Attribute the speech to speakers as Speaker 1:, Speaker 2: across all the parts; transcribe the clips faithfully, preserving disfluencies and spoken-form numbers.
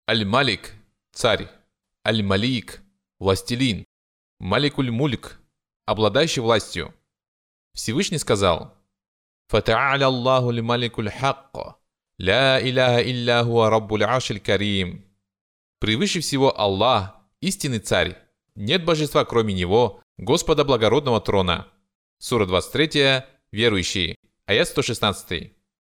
Speaker 1: Аль-Малик – царь. Аль-Малик – властелин. Маликуль-Мульк – обладающий властью. Всевышний сказал: «Фата'аля Аллаху ль-Маликуль хакк, ля иляха илля хуа раббуль аршиль карим». Превыше всего Аллах, истинный царь. Нет божества, кроме Него, Господа благородного трона. Сура двадцать три, верующие, аят сто шестнадцать.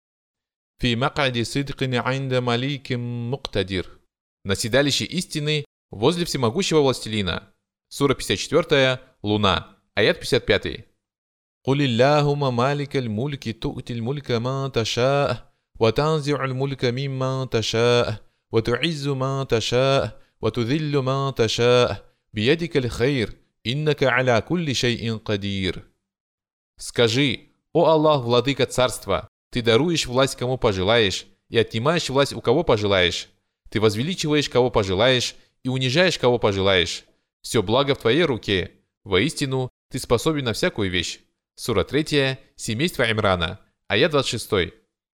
Speaker 1: «Фи мак'ади сидкин инда маликим муктадир». На седалище истины возле всемогущего властелина. Сура пятьдесят четыре, Луна, аят пятьдесят пять. «Куль Аллахумма маликаль мульки ту'тиль мулька ман ташаа, ва танзи'уль мулька мимман ташаа, ва ту'иззу ман ташаа, ва тудиллу ман ташаа, биядикаль хайр, иннака аля кулли шай'ин кадир». Скажи: «О Аллах, владыка царства, ты даруешь власть кому пожелаешь и отнимаешь власть у кого пожелаешь. Ты возвеличиваешь кого пожелаешь и унижаешь кого пожелаешь. Все благо в твоей руке. Воистину, ты способен на всякую вещь». Сура три, семейство Имрана, аят двадцать шесть.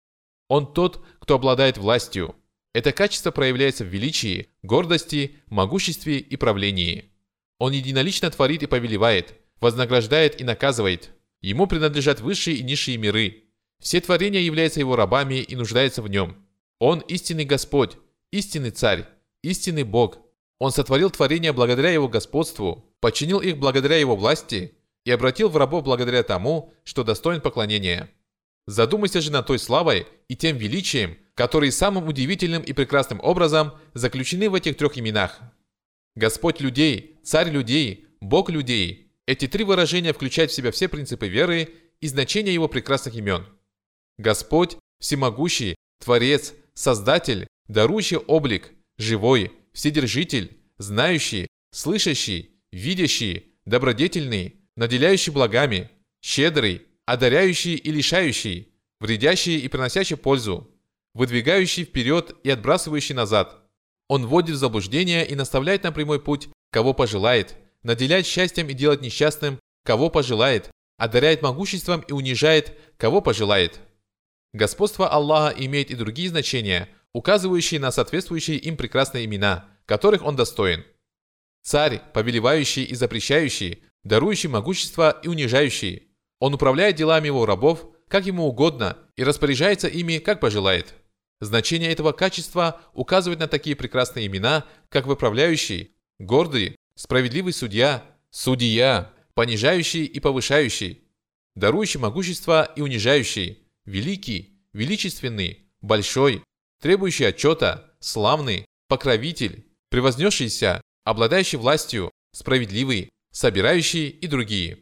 Speaker 1: Он тот, кто обладает властью. Это качество проявляется в величии, гордости, могуществе и правлении. Он единолично творит и повелевает, вознаграждает и наказывает. Ему принадлежат высшие и низшие миры. Все творения являются его рабами и нуждаются в нем. Он истинный Господь, истинный царь, истинный Бог. Он сотворил творения благодаря его господству, подчинил их благодаря его власти и обратил в рабов благодаря тому, что достоин поклонения. Задумайся же над той славой и тем величием, которые самым удивительным и прекрасным образом заключены в этих трех именах. Господь людей, царь людей, Бог людей. Эти три выражения включают в себя все принципы веры и значения его прекрасных имен. Господь, всемогущий, Творец, Создатель, дарующий облик, живой, вседержитель, знающий, слышащий, видящий, добродетельный, наделяющий благами, щедрый, одаряющий и лишающий, вредящий и приносящий пользу, выдвигающий вперед и отбрасывающий назад. Он вводит в заблуждение и наставляет на прямой путь, кого пожелает, наделяет счастьем и делает несчастным, кого пожелает, одаряет могуществом и унижает, кого пожелает. Господство Аллаха имеет и другие значения, указывающие на соответствующие им прекрасные имена, которых он достоин. Царь, повелевающий и запрещающий, дарующий могущество и унижающий. Он управляет делами его рабов, как ему угодно, и распоряжается ими, как пожелает. Значение этого качества указывает на такие прекрасные имена, как выправляющий, гордый, справедливый судья, судья, понижающий и повышающий, дарующий могущество и унижающий, великий, величественный, большой, требующий отчета, славный, покровитель, превознесшийся, обладающий властью, справедливый, собирающий и другие.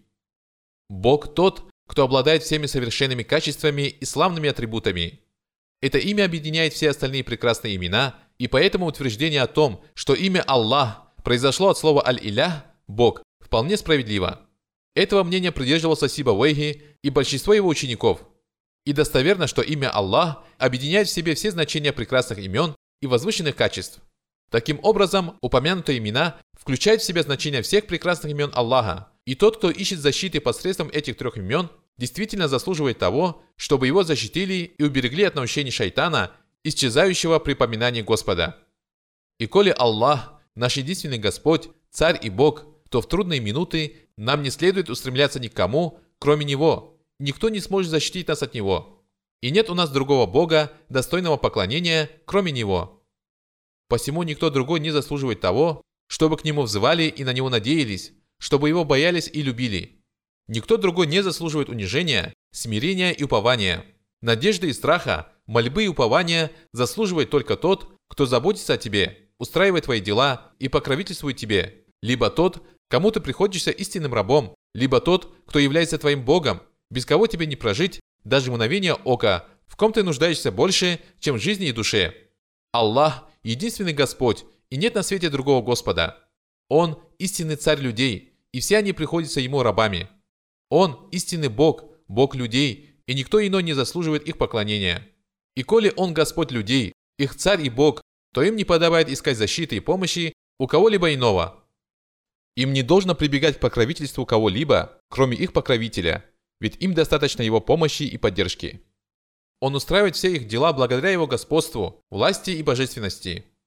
Speaker 1: Бог тот, кто обладает всеми совершенными качествами и славными атрибутами. Это имя объединяет все остальные прекрасные имена, и поэтому утверждение о том, что имя Аллах произошло от слова «Аль-Илях» – «Бог», вполне справедливо. Этого мнения придерживался Сибавейхи и большинство его учеников. И достоверно, что имя Аллах объединяет в себе все значения прекрасных имен и возвышенных качеств. Таким образом, упомянутые имена включают в себя значения всех прекрасных имен Аллаха, и тот, кто ищет защиты посредством этих трех имен, действительно заслуживает того, чтобы его защитили и уберегли от наущений шайтана, исчезающего при поминании Господа. И коли Аллах – наш единственный Господь, Царь и Бог, то в трудные минуты нам не следует устремляться ни к кому, кроме Него. Никто не сможет защитить нас от Него. И нет у нас другого Бога, достойного поклонения, кроме Него. Посему никто другой не заслуживает того, чтобы к Нему взывали и на Него надеялись, чтобы Его боялись и любили. Никто другой не заслуживает унижения, смирения и упования. Надежды и страха, мольбы и упования заслуживает только тот, кто заботится о тебе, устраивает твои дела и покровительствует тебе, либо тот, кому ты приходишься истинным рабом, либо тот, кто является твоим Богом, без кого тебе не прожить даже мгновение ока, в ком ты нуждаешься больше, чем в жизни и душе. Аллах – единственный Господь, и нет на свете другого Господа. Он – истинный царь людей, и все они приходятся Ему рабами. Он – истинный Бог, Бог людей, и никто иной не заслуживает их поклонения. И коли Он Господь людей, их царь и Бог, то им не подобает искать защиты и помощи у кого-либо иного. Им не должно прибегать к покровительству кого-либо, кроме их покровителя, ведь им достаточно его помощи и поддержки. Он устраивает все их дела благодаря его господству, власти и божественности.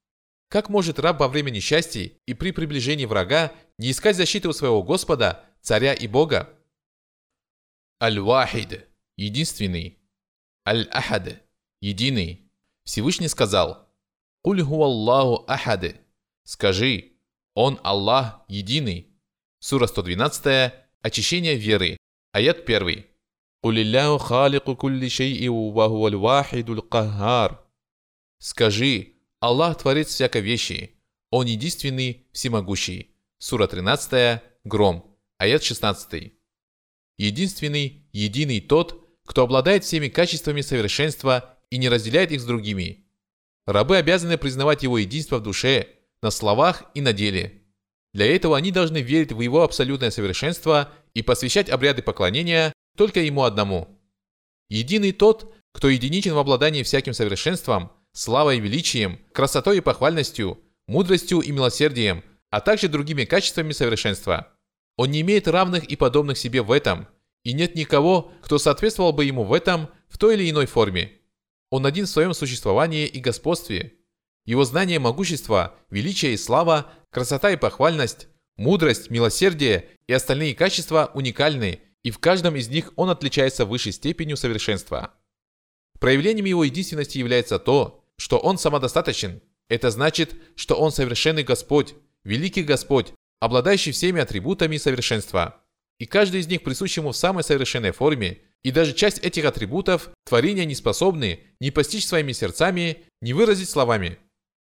Speaker 1: Как может раб во время несчастий и при приближении врага не искать защиты у своего Господа, Царя и Бога? Аль-Вахид – единственный. Аль-Ахад – единый. Всевышний сказал: «Куль хуаллаху ахад». Скажи: Он Аллах единый. Сура сто двенадцать. Очищение веры. Аят первый. «Кулиллаху халику кулли шей'i ва хуаль вахидуль каххар». Скажи: Аллах творец всякой вещи. Он единственный, всемогущий. Сура тринадцать. Гром. Аят шестнадцать. Единственный, единый тот, кто обладает всеми качествами совершенства и не разделяет их с другими. Рабы обязаны признавать его единство в душе, на словах и на деле. Для этого они должны верить в его абсолютное совершенство и посвящать обряды поклонения только ему одному. Единый тот, кто единичен в обладании всяким совершенством, славой и величием, красотой и похвальностью, мудростью и милосердием, а также другими качествами совершенства. Он не имеет равных и подобных себе в этом, и нет никого, кто соответствовал бы ему в этом в той или иной форме. Он один в своем существовании и господстве. Его знание, могущество, величие и слава, красота и похвальность, мудрость, милосердие и остальные качества уникальны, и в каждом из них он отличается высшей степенью совершенства. Проявлением его единственности является то, что он самодостаточен. Это значит, что он совершенный Господь, великий Господь, обладающий всеми атрибутами совершенства. И каждый из них присущ ему в самой совершенной форме, и даже часть этих атрибутов творения не способны ни постичь своими сердцами, ни выразить словами.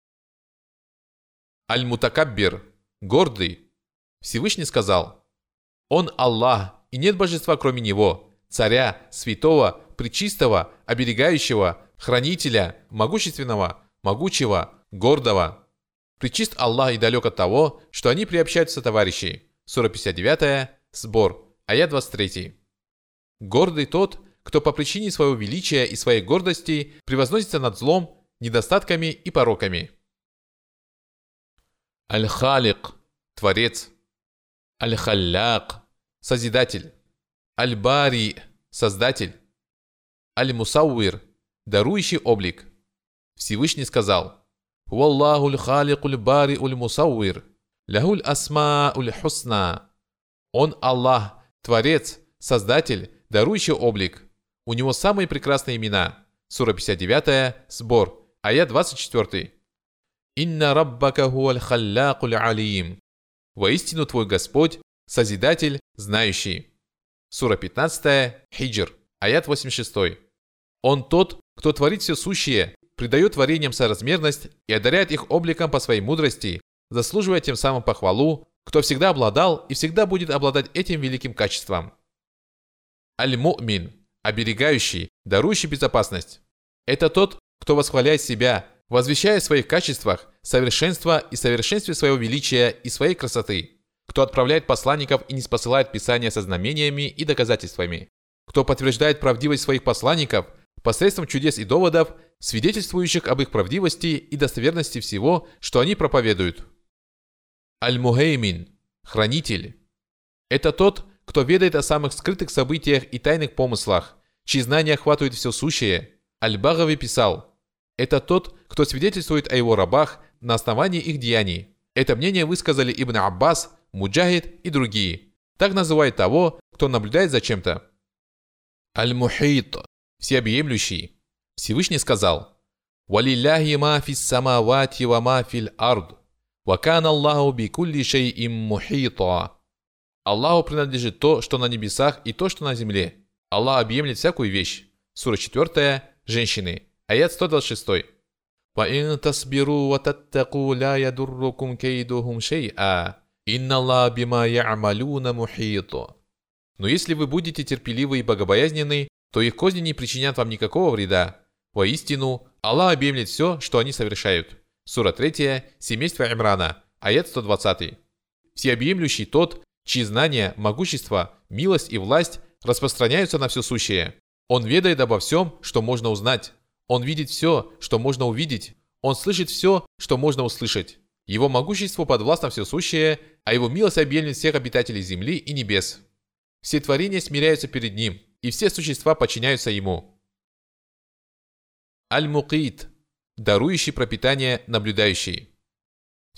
Speaker 1: Аль-Мутакаббир – гордый. Всевышний сказал: Он Аллах, и нет божества кроме Него, Царя, Святого, Пречистого, Оберегающего, Хранителя, Могущественного, Могучего, Гордого. Пречист Аллах и далек от того, что они приобщаются товарищей. Сура пятьдесят девять. Сбор. Аят двадцать три. Гордый тот, кто по причине своего величия и своей гордости превозносится над злом, недостатками и пороками. Аль-Халик – Творец. Аль-Халляк – Созидатель. Аль-Бари – Создатель. Аль-Мусауир – Дарующий облик. Всевышний сказал: «Валлаху аль-Халикуль бари уль-Мусауир, лахуль асма уль-Хусна». Он Аллах, Творец, Создатель, дарующий облик. У него самые прекрасные имена. Сура пятьдесят девять. Сбор. Аят двадцать четыре. «Инна раббака хуаль халлякуль алим». Воистину твой Господь, Созидатель, знающий. Сура пятнадцать. Хиджр. Аят восемьдесят шесть. Он тот, кто творит все сущее, придает творениям соразмерность и одаряет их обликом по своей мудрости, заслуживая тем самым похвалу, кто всегда обладал и всегда будет обладать этим великим качеством. Аль-Му'мин – оберегающий, дарующий безопасность. Это тот, кто восхваляет себя, возвещая о своих качествах, совершенства и совершенстве своего величия и своей красоты, кто отправляет посланников и ниспосылает писания со знамениями и доказательствами, кто подтверждает правдивость своих посланников посредством чудес и доводов, свидетельствующих об их правдивости и достоверности всего, что они проповедуют. Аль-Мухеймин – хранитель. Это тот, кто ведает о самых скрытых событиях и тайных помыслах, чьи знания охватывают все сущее. Аль-Багави писал: это тот, кто свидетельствует о его рабах на основании их деяний. Это мнение высказали Ибн Аббас, Муджахид и другие. Так называют того, кто наблюдает за чем-то. Аль-Мухит – всеобъемлющий. Всевышний сказал: «Валилляхи ма фис самавати ва ма фил ард, ва кана Аллаху би кулли шей'им мухита». Аллаху принадлежит то, что на небесах, и то, что на земле. Аллах объемлет всякую вещь. Сура четыре. Женщины. Аят сто двадцать шесть. «Ва ин тасбиру ва таттаку ла ядуррукум кейдухум шей'a, инна Аллах бима я'малуна мухита». Но если вы будете терпеливы и богобоязненны, то их козни не причинят вам никакого вреда. Воистину, Аллах объемлет все, что они совершают. Сура три. Семейство Имрана. Аят сто двадцать. Всеобъемлющий тот, чьи знания, могущество, милость и власть распространяются на все сущее. Он ведает обо всем, что можно узнать. Он видит все, что можно увидеть. Он слышит все, что можно услышать. Его могущество подвластно все сущее, а его милость объемлет всех обитателей земли и небес. Все творения смиряются перед ним, и все существа подчиняются ему. Аль-Мукит – дарующий пропитание, наблюдающий.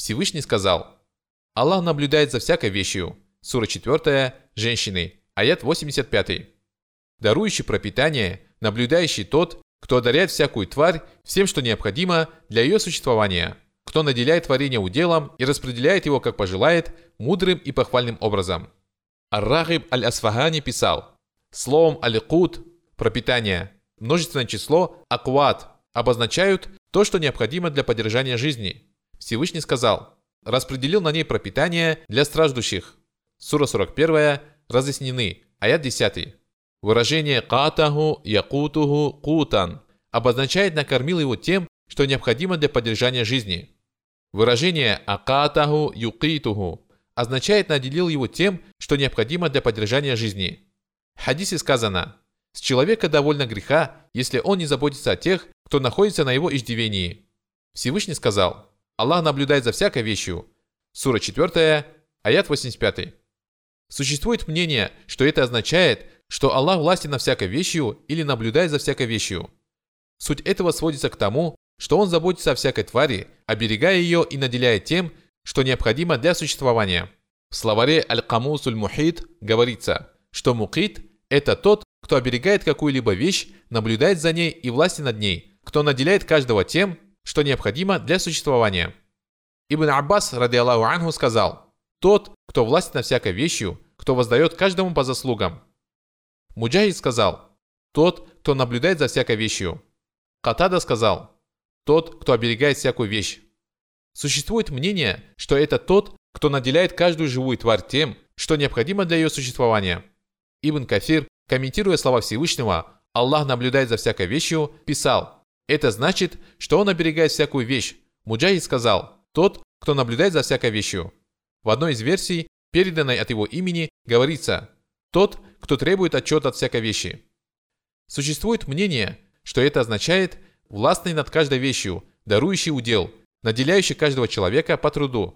Speaker 1: Всевышний сказал: Аллах наблюдает за всякой вещью. Сура четвёртая, Женщины, аят восемьдесят пятый. Дарующий пропитание, наблюдающий тот, кто одаряет всякую тварь всем, что необходимо для ее существования, кто наделяет творение уделом и распределяет его, как пожелает, мудрым и похвальным образом. Ар-Рагиб аль-Асфахани писал: словом аль-Кут, пропитание, множественное число акват обозначают то, что необходимо для поддержания жизни. Всевышний сказал: распределил на ней пропитание для страждущих. Сура сорок первая, разъяснены, аят десятый. Выражение «катаху якутуху кутан» обозначает «накормил его тем, что необходимо для поддержания жизни». Выражение «акатаху юкитуху» означает «наделил его тем, что необходимо для поддержания жизни». В хадисе сказано: «С человека довольно греха, если он не заботится о тех, кто находится на его иждивении». Всевышний сказал: Аллах наблюдает за всякой вещью. Сура четвёртая, аят восемьдесят пятый. Существует мнение, что это означает, что Аллах властен над всякой вещью или наблюдает за всякой вещью. Суть этого сводится к тому, что Он заботится о всякой твари, оберегая ее и наделяя тем, что необходимо для существования. В словаре Аль-Камус Аль-Мухит говорится, что мукит – это тот, кто оберегает какую-либо вещь, наблюдает за ней и властен над ней, кто наделяет каждого тем, что необходимо для существования. Ибн Аббас, ради Аллаху анху, сказал: тот, кто властен над всякой вещью, кто воздает каждому по заслугам. Муджахид сказал: тот, кто наблюдает за всякой вещью. Катада сказал: тот, кто оберегает всякую вещь. Существует мнение, что это тот, кто наделяет каждую живую тварь тем, что необходимо для ее существования. Ибн Кафир, комментируя слова Всевышнего «Аллах наблюдает за всякой вещью», писал: это значит, что Он оберегает всякую вещь. Муджахид сказал: тот, кто наблюдает за всякой вещью. В одной из версий, переданной от его имени, говорится: тот, кто требует отчета от всякой вещи. Существует мнение, что это означает властный над каждой вещью, дарующий удел, наделяющий каждого человека по труду.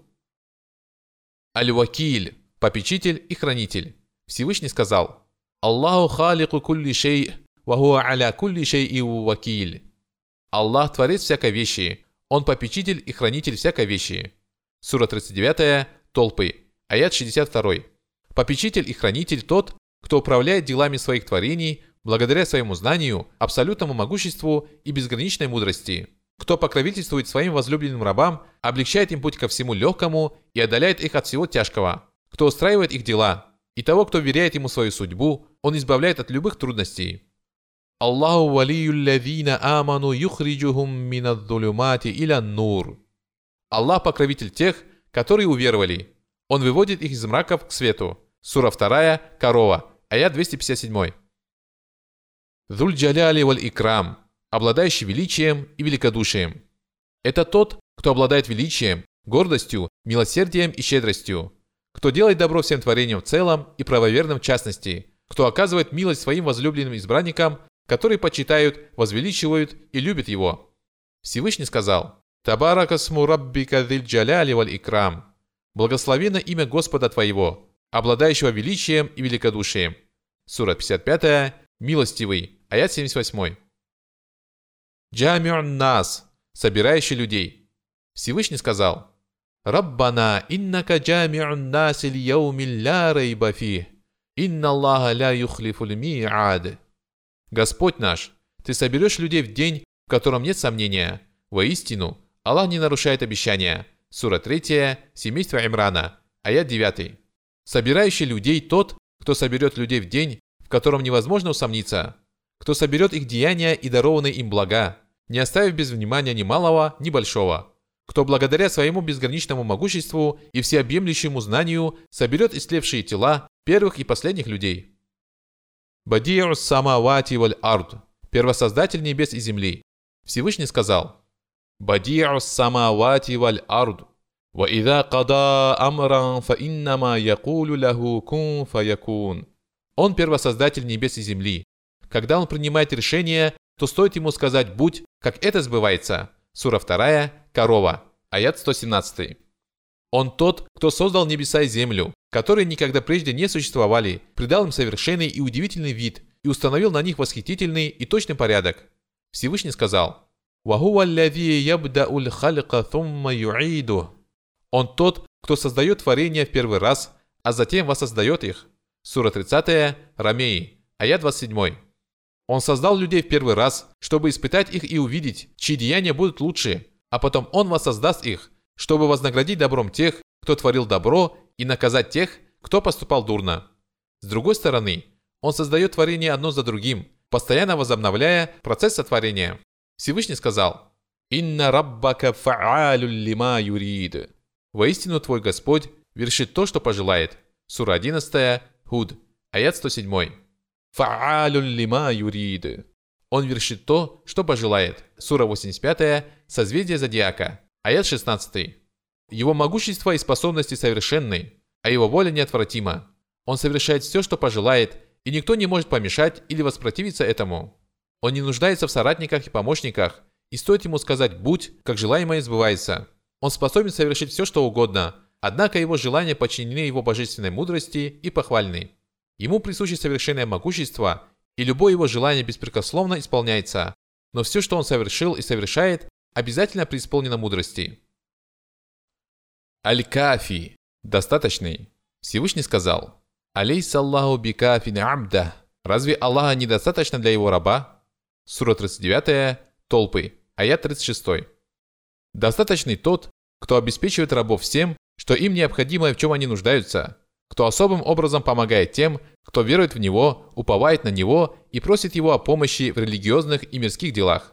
Speaker 1: Аль-Вакиль, попечитель и хранитель. Всевышний сказал: Аллаху халику кулли шей, ва хуа аля кулли шей вакиль. Аллах творец всякой вещи, Он попечитель и хранитель всякой вещи. Сура тридцать девятая, Толпы, аят шестьдесят два. Попечитель и хранитель тот, кто управляет делами своих творений благодаря своему знанию, абсолютному могуществу и безграничной мудрости. Кто покровительствует своим возлюбленным рабам, облегчает им путь ко всему легкому и отдаляет их от всего тяжкого. Кто устраивает их дела, и того, кто веряет ему свою судьбу, он избавляет от любых трудностей. Аллаху валию лавина аману юхриджухум минадзулюмати иля нур. Аллах покровитель тех, которые уверовали. Он выводит их из мраков к свету. Сура вторая, Корова, аят двести пятьдесят семь. Зуль джаляли валь икрам, обладающий величием и великодушием. Это тот, кто обладает величием, гордостью, милосердием и щедростью, кто делает добро всем творениям в целом и правоверным в частности, кто оказывает милость своим возлюбленным избранникам, которые почитают, возвеличивают и любят его. Всевышний сказал: Табарака сму раббика зиль джаляли валь икрам. Благословенно имя Господа твоего, обладающего величием и великодушием. Сура пятьдесят пятая, Милостивый, аят семьдесят восемь. Джами'ун нас, собирающий людей. Всевышний сказал: Раббана иннака джами'ун нас иль-яуми ля райба фих, инна Аллаха ля юхлифуль ми'ад. Господь наш, Ты соберешь людей в день, в котором нет сомнения. Воистину, Аллах не нарушает обещания. Сура третья, семейство Имрана, аят девятый. Собирающий людей тот, кто соберет людей в день, в котором невозможно усомниться, кто соберет их деяния и дарованные им блага, не оставив без внимания ни малого, ни большого, кто благодаря своему безграничному могуществу и всеобъемлющему знанию соберет истлевшие тела первых и последних людей. Бади'ус самавати валь ард, первосоздатель небес и земли. Всевышний сказал: Бади'ус самавати валь ард, ва иза када амран фа иннама якулу лаху кун фаякун. Он первосоздатель небес и земли. Когда он принимает решение, то стоит ему сказать «будь», как это сбывается. Сура вторая, Корова, аят сто семнадцатый. Он тот, кто создал небеса и землю, которые никогда прежде не существовали, придал им совершенный и удивительный вид и установил на них восхитительный и точный порядок. Всевышний сказал: «Вахуа аллази ябдау аль-халика thumma ю'идух». Он тот, кто создает творения в первый раз, а затем воссоздает их. Сура тридцатая, Ромеи, аят двадцать семь. Он создал людей в первый раз, чтобы испытать их и увидеть, чьи деяния будут лучше, а потом Он воссоздаст их, чтобы вознаградить добром тех, кто творил добро, и наказать тех, кто поступал дурно. С другой стороны, Он создает творения одно за другим, постоянно возобновляя процесс сотворения. Всевышний сказал: «Инна раббака фа'алю лима юрид». Воистину твой Господь вершит то, что пожелает. Сура одиннадцатая, Худ, аят сто семь. Фа'алю лима юрид. Он вершит то, что пожелает. Сура восемьдесят пятая, Созвездие Зодиака, аят шестнадцатый. Его могущество и способности совершенны, а его воля неотвратима. Он совершает все, что пожелает, и никто не может помешать или воспротивиться этому. Он не нуждается в соратниках и помощниках, и стоит ему сказать «будь», как желаемое сбывается. Он способен совершить все, что угодно, однако его желания подчинены его божественной мудрости и похвальны. Ему присуще совершенное могущество, и любое его желание беспрекословно исполняется, но все, что он совершил и совершает, обязательно преисполнено мудрости. Аль-Кафи, достаточный. Всевышний сказал: «Алейса Аллаху бикафин абда». Разве Аллаха недостаточно для его раба? Сура тридцать девятая, Толпы, аят тридцать шесть. Достаточный тот, кто обеспечивает рабов всем, что им необходимо и в чем они нуждаются, кто особым образом помогает тем, кто верует в Него, уповает на Него и просит Его о помощи в религиозных и мирских делах.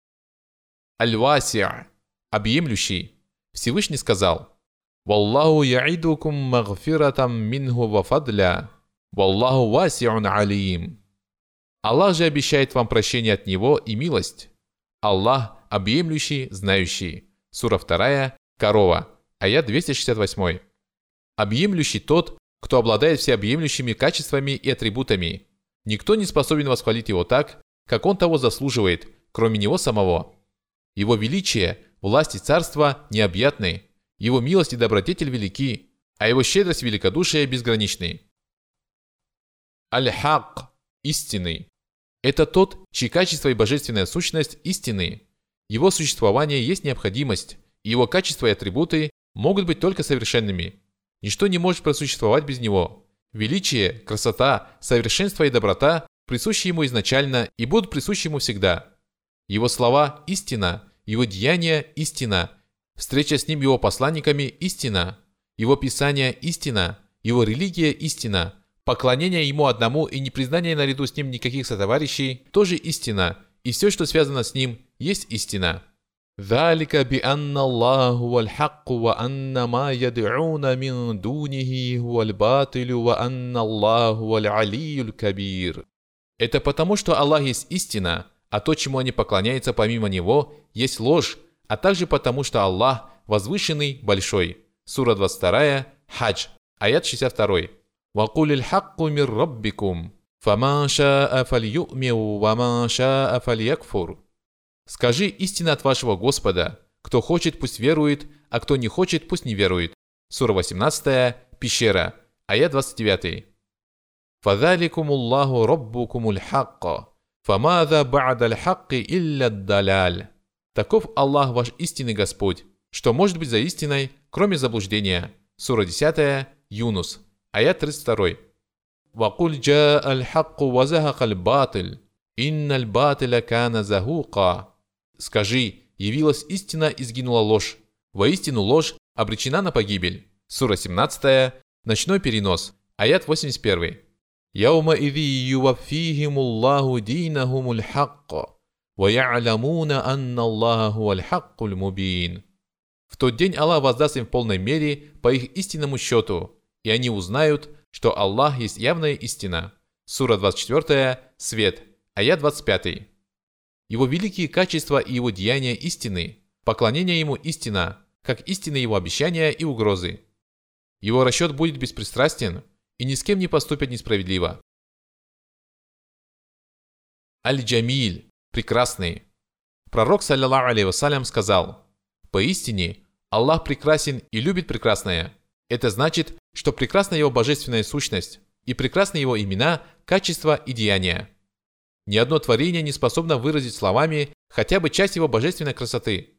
Speaker 1: Аль-Васи', объемлющий. Всевышний сказал: «Валлаху я'идукум магфиратам минху ва фадля, валлаху васи'ун алим». Аллах же обещает вам прощение от Него и милость. Аллах объемлющий, знающий. Сура вторая, Корова, аят двести шестьдесят восемь. Объемлющий тот, кто обладает всеобъемлющими качествами и атрибутами. Никто не способен восхвалить Его так, как Он того заслуживает, кроме Него самого. Его величие, власть и царство необъятны, Его милость и добродетель велики, а Его щедрость и великодушие безграничны. Аль-Хак, истинный. Это тот, чьи качества и божественная сущность истинны. Его существование есть необходимость, и его качества и атрибуты могут быть только совершенными. Ничто не может просуществовать без него. Величие, красота, совершенство и доброта присущи ему изначально и будут присущи ему всегда. Его слова – истина, его деяния – истина, встреча с ним его посланниками – истина, его писание – истина, его религия – истина, поклонение ему одному и непризнание наряду с ним никаких сотоварищей – тоже истина, и все, что связано с ним, есть истина. ذلك بأن الله هو الحق وأن ما يدعون من دونه هو الباطل وأن الله هو العلي الكبير. Это потому, что Аллах есть истина, а то, чему они поклоняются помимо Него, есть ложь, а также потому, что Аллах возвышенный, большой. Сура двадцать вторая, Хадж, аят шестьдесят два. وَقُلِ الْحَقُّ مِنْ رَبِّكُمْ فَمَنْ شَاءَ فَلْيُؤْمِنْ وَمَنْ شَاءَ فَلْيَكْفُرْ. Скажи истина от вашего Господа. Кто хочет, пусть верует, а кто не хочет, пусть не верует. Сура восемнадцатая, Пещера, аят двадцать девять. فَذَلِكُمُ اللَّهُ رَبُّكُمُ الْحَقَّ فَمَاذَا بَعْدَ الْحَقِّ إِلَّا الدَّلَالِ. Таков Аллах ваш истинный Господь. Что может быть за истиной, кроме заблуждения? Сура десятая, Юнус, аят тридцать два. وَقُلْ جَاءَ الْحَقُّ وَزَهَقَ الْبَاطِلِ إِنَّ الْبَاطِلَ كَانَ زَهُوقًا. Скажи, явилась истина и сгинула ложь. Воистину ложь обречена на погибель. Сура семнадцатая, Ночной перенос, аят восемьдесят один. يَوْمَئِذٍ يُوَفِّيهِمُ اللَّهُ دِينَهُمُ الْحَقَّ وَيَعْلَمُونَ أَنَّ اللَّهَ هُوَ الْحَقُّ الْمُبِينُ. В тот день Аллах воздаст им в полной мере по их истинному счету, и они узнают, что Аллах есть явная истина. Сура двадцать четвёртая, Свет, аят двадцать пять. Его великие качества и его деяния истины, поклонение ему истина, как истинны его обещания и угрозы. Его расчет будет беспристрастен, и ни с кем не поступят несправедливо. Аль-Джамиль, прекрасный. Пророк, саллаллаху алейхи вассалям, сказал: «Поистине, Аллах прекрасен и любит прекрасное». Это значит, что прекрасна его божественная сущность, и прекрасны его имена, качества и деяния. Ни одно творение не способно выразить словами хотя бы часть его божественной красоты.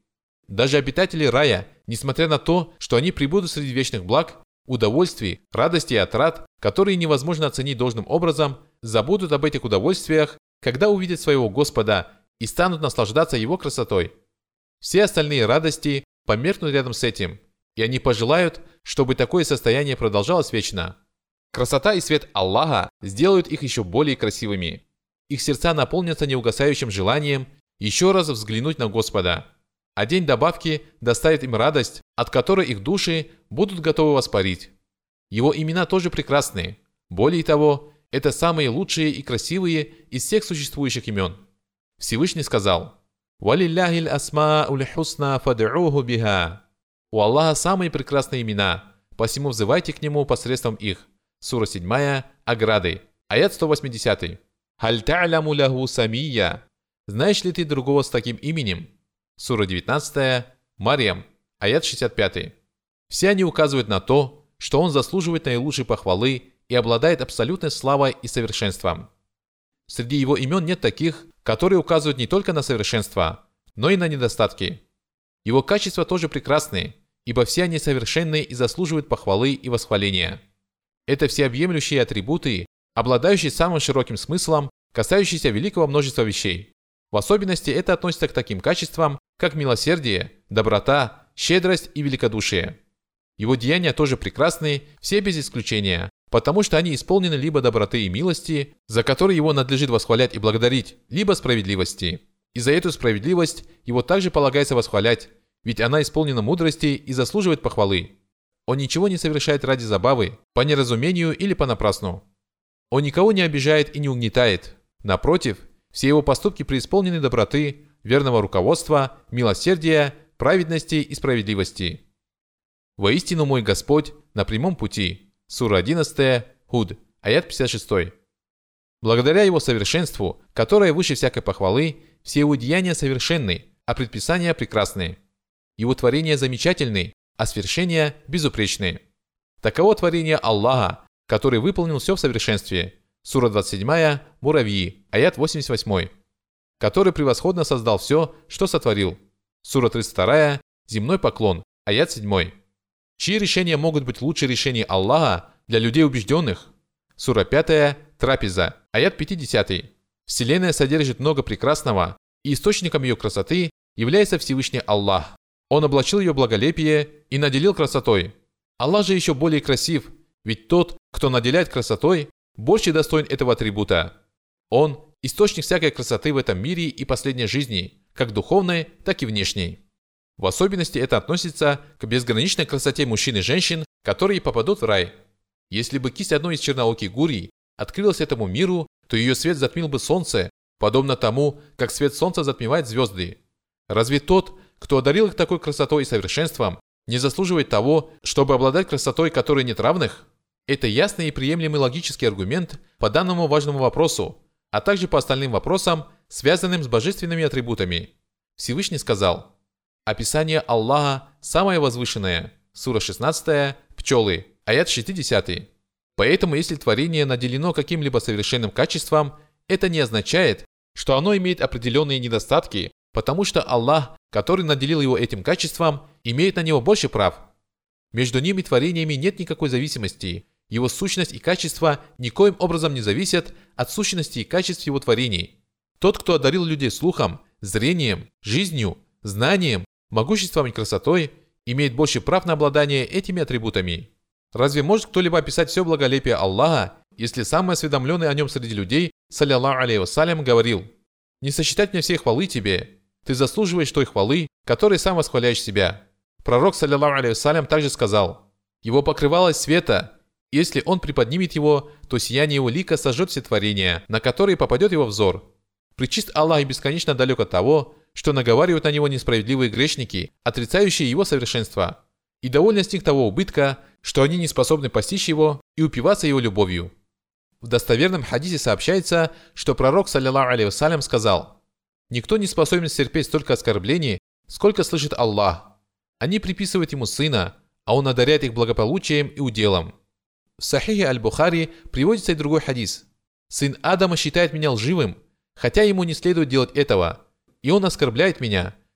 Speaker 1: Даже обитатели рая, несмотря на то, что они пребудут среди вечных благ, удовольствий, радости и отрад, которые невозможно оценить должным образом, забудут об этих удовольствиях, когда увидят своего Господа и станут наслаждаться Его красотой. Все остальные радости померкнут рядом с этим, и они пожелают, чтобы такое состояние продолжалось вечно. Красота и свет Аллаха сделают их еще более красивыми. Их сердца наполнятся неугасающим желанием еще раз взглянуть на Господа. А день добавки доставит им радость, от которой их души будут готовы воспарить. Его имена тоже прекрасны. Более того, это самые лучшие и красивые из всех существующих имен. Всевышний сказал: «Валилляхиль асмауль хусна фад'уху биха». У Аллаха самые прекрасные имена, посему взывайте к Нему посредством их. Сура седьмая, Ограды, аят сто восьмидесятый. «Халь та'ляму лаху самия». Знаешь ли ты другого с таким именем? Сура девятнадцатая, Марьям, аят шестьдесят пятый. Все они указывают на то, что он заслуживает наилучшей похвалы и обладает абсолютной славой и совершенством. Среди его имен нет таких, которые указывают не только на совершенство, но и на недостатки. Его качества тоже прекрасны, ибо все они совершенны и заслуживают похвалы и восхваления. Это всеобъемлющие атрибуты, обладающие самым широким смыслом, касающиеся великого множества вещей. В особенности это относится к таким качествам, как милосердие, доброта, щедрость и великодушие. Его деяния тоже прекрасны, все без исключения, потому что они исполнены либо доброты и милости, за которые его надлежит восхвалять и благодарить, либо справедливости. И за эту справедливость его также полагается восхвалять, ведь она исполнена мудрости и заслуживает похвалы. Он ничего не совершает ради забавы, по неразумению или понапрасну. Он никого не обижает и не угнетает. Напротив, все его поступки преисполнены доброты, верного руководства, милосердия, праведности и справедливости. «Воистину мой Господь на прямом пути». Сура одиннадцатая, Худ, аят пятьдесят шестой. Благодаря его совершенству, которое выше всякой похвалы, все его деяния совершенны, а предписания прекрасны. Его творения замечательны, а свершения безупречны. Таково творение Аллаха, который выполнил все в совершенстве. Сура двадцать седьмая, Муравьи, аят восемьдесят восемь. Который превосходно создал все, что сотворил. Сура тридцать вторая, Земной поклон, аят семь. Чьи решения могут быть лучше решений Аллаха для людей убежденных? Сура пятая, Трапеза, аят пятидесятый. Вселенная содержит много прекрасного, и источником ее красоты является Всевышний Аллах. Он облачил ее благолепие и наделил красотой. Аллах же еще более красив, ведь тот, кто наделяет красотой, больше достоин этого атрибута. Он – источник всякой красоты в этом мире и последней жизни, как духовной, так и внешней. В особенности это относится к безграничной красоте мужчин и женщин, которые попадут в рай. Если бы кисть одной из чернооких гурий открылась этому миру, то ее свет затмил бы солнце, подобно тому, как свет солнца затмевает звезды. Разве тот, кто одарил их такой красотой и совершенством, не заслуживает того, чтобы обладать красотой, которой нет равных? Это ясный и приемлемый логический аргумент по данному важному вопросу, а также по остальным вопросам, связанным с божественными атрибутами. Всевышний сказал: «Описание Аллаха самое возвышенное». Сура шестнадцатая, Пчелы, аят шестидесятый. Поэтому, если творение наделено каким-либо совершенным качеством, это не означает, что оно имеет определенные недостатки, потому что Аллах, который наделил его этим качеством, имеет на него больше прав. Между ними и творениями нет никакой зависимости. Его сущность и качество никоим образом не зависят от сущности и качеств его творений. Тот, кто одарил людей слухом, зрением, жизнью, знанием, могуществом и красотой, имеет больше прав на обладание этими атрибутами. Разве может кто-либо описать все благолепие Аллаха, если самый осведомленный о нем среди людей, саллиллаху алейхи вассалям, говорил: «Не сосчитать мне всей хвалы тебе, ты заслуживаешь той хвалы, которой сам восхваляешь себя». Пророк, саллиллаху алейхи вассалям, также сказал: «Его покрывалось света, и если он приподнимет его, то сияние его лика сожжет все творения, на которые попадет его взор». Пречист Аллах и бесконечно далек от того, что наговаривают на него несправедливые грешники, отрицающие его совершенство, и довольны с них того убытка, что они не способны постичь его и упиваться его любовью. В достоверном хадисе сообщается, что пророк, саллиллаху алейхи вассалям, сказал: «Никто не способен стерпеть столько оскорблений, сколько слышит Аллах. Они приписывают ему сына, а он одаряет их благополучием и уделом». В Сахихе Аль-Бухари приводится и другой хадис: «Сын Адама считает меня лживым, хотя ему не следует делать этого, и он оскорбляет меня,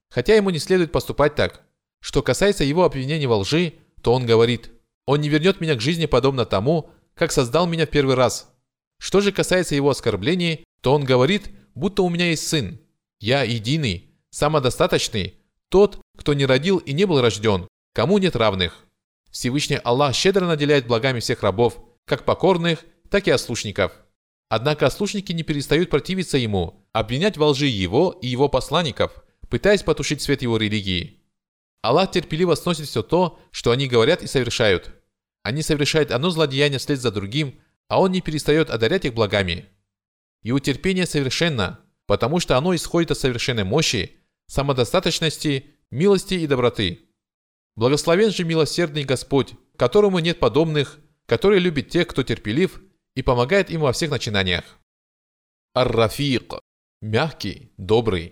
Speaker 1: Хотя ему не следует поступать так. Что касается его обвинений во лжи, то он говорит: «Он не вернет меня к жизни подобно тому, как создал меня в первый раз». Что же касается его оскорблений, то он говорит, будто у меня есть сын. Я единый, самодостаточный, тот, кто не родил и не был рожден, кому нет равных. Всевышний Аллах щедро наделяет благами всех рабов, как покорных, так и ослушников. Однако ослушники не перестают противиться ему, обвинять во лжи его и его посланников, пытаясь потушить свет его религии. Аллах терпеливо сносит все то, что они говорят и совершают. Они совершают одно злодеяние вслед за другим, а он не перестает одарять их благами. Его терпение совершенно, потому что оно исходит от совершенной мощи, самодостаточности, милости и доброты. Благословен же милосердный Господь, которому нет подобных, который любит тех, кто терпелив, и помогает им во всех начинаниях. Ар-Рафик – мягкий, добрый.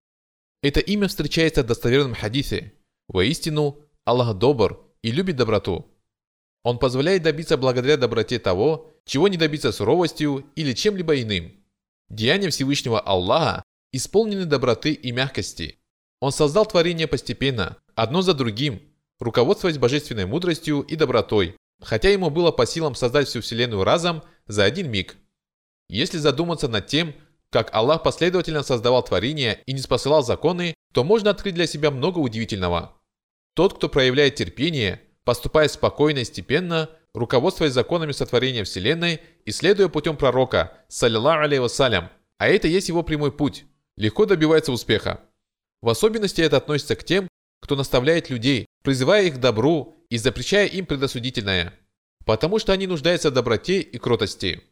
Speaker 1: Это имя встречается в достоверном хадисе. Воистину, Аллах добр и любит доброту. Он позволяет добиться благодаря доброте того, чего не добиться суровостью или чем-либо иным. Деяния Всевышнего Аллаха исполнены доброты и мягкости. Он создал творение постепенно, одно за другим, руководствуясь божественной мудростью и добротой, хотя ему было по силам создать всю Вселенную разом за один миг. Если задуматься над тем, как Аллах последовательно создавал творения и не спосылал законы, то можно открыть для себя много удивительного. Тот, кто проявляет терпение, поступая спокойно и степенно, руководствуясь законами сотворения Вселенной и следуя путем пророка, саллиллаху алейхи вассалям, а это есть его прямой путь, легко добивается успеха. В особенности это относится к тем, кто наставляет людей, призывая их к добру и запрещая им предосудительное, потому что они нуждаются в доброте и кротости.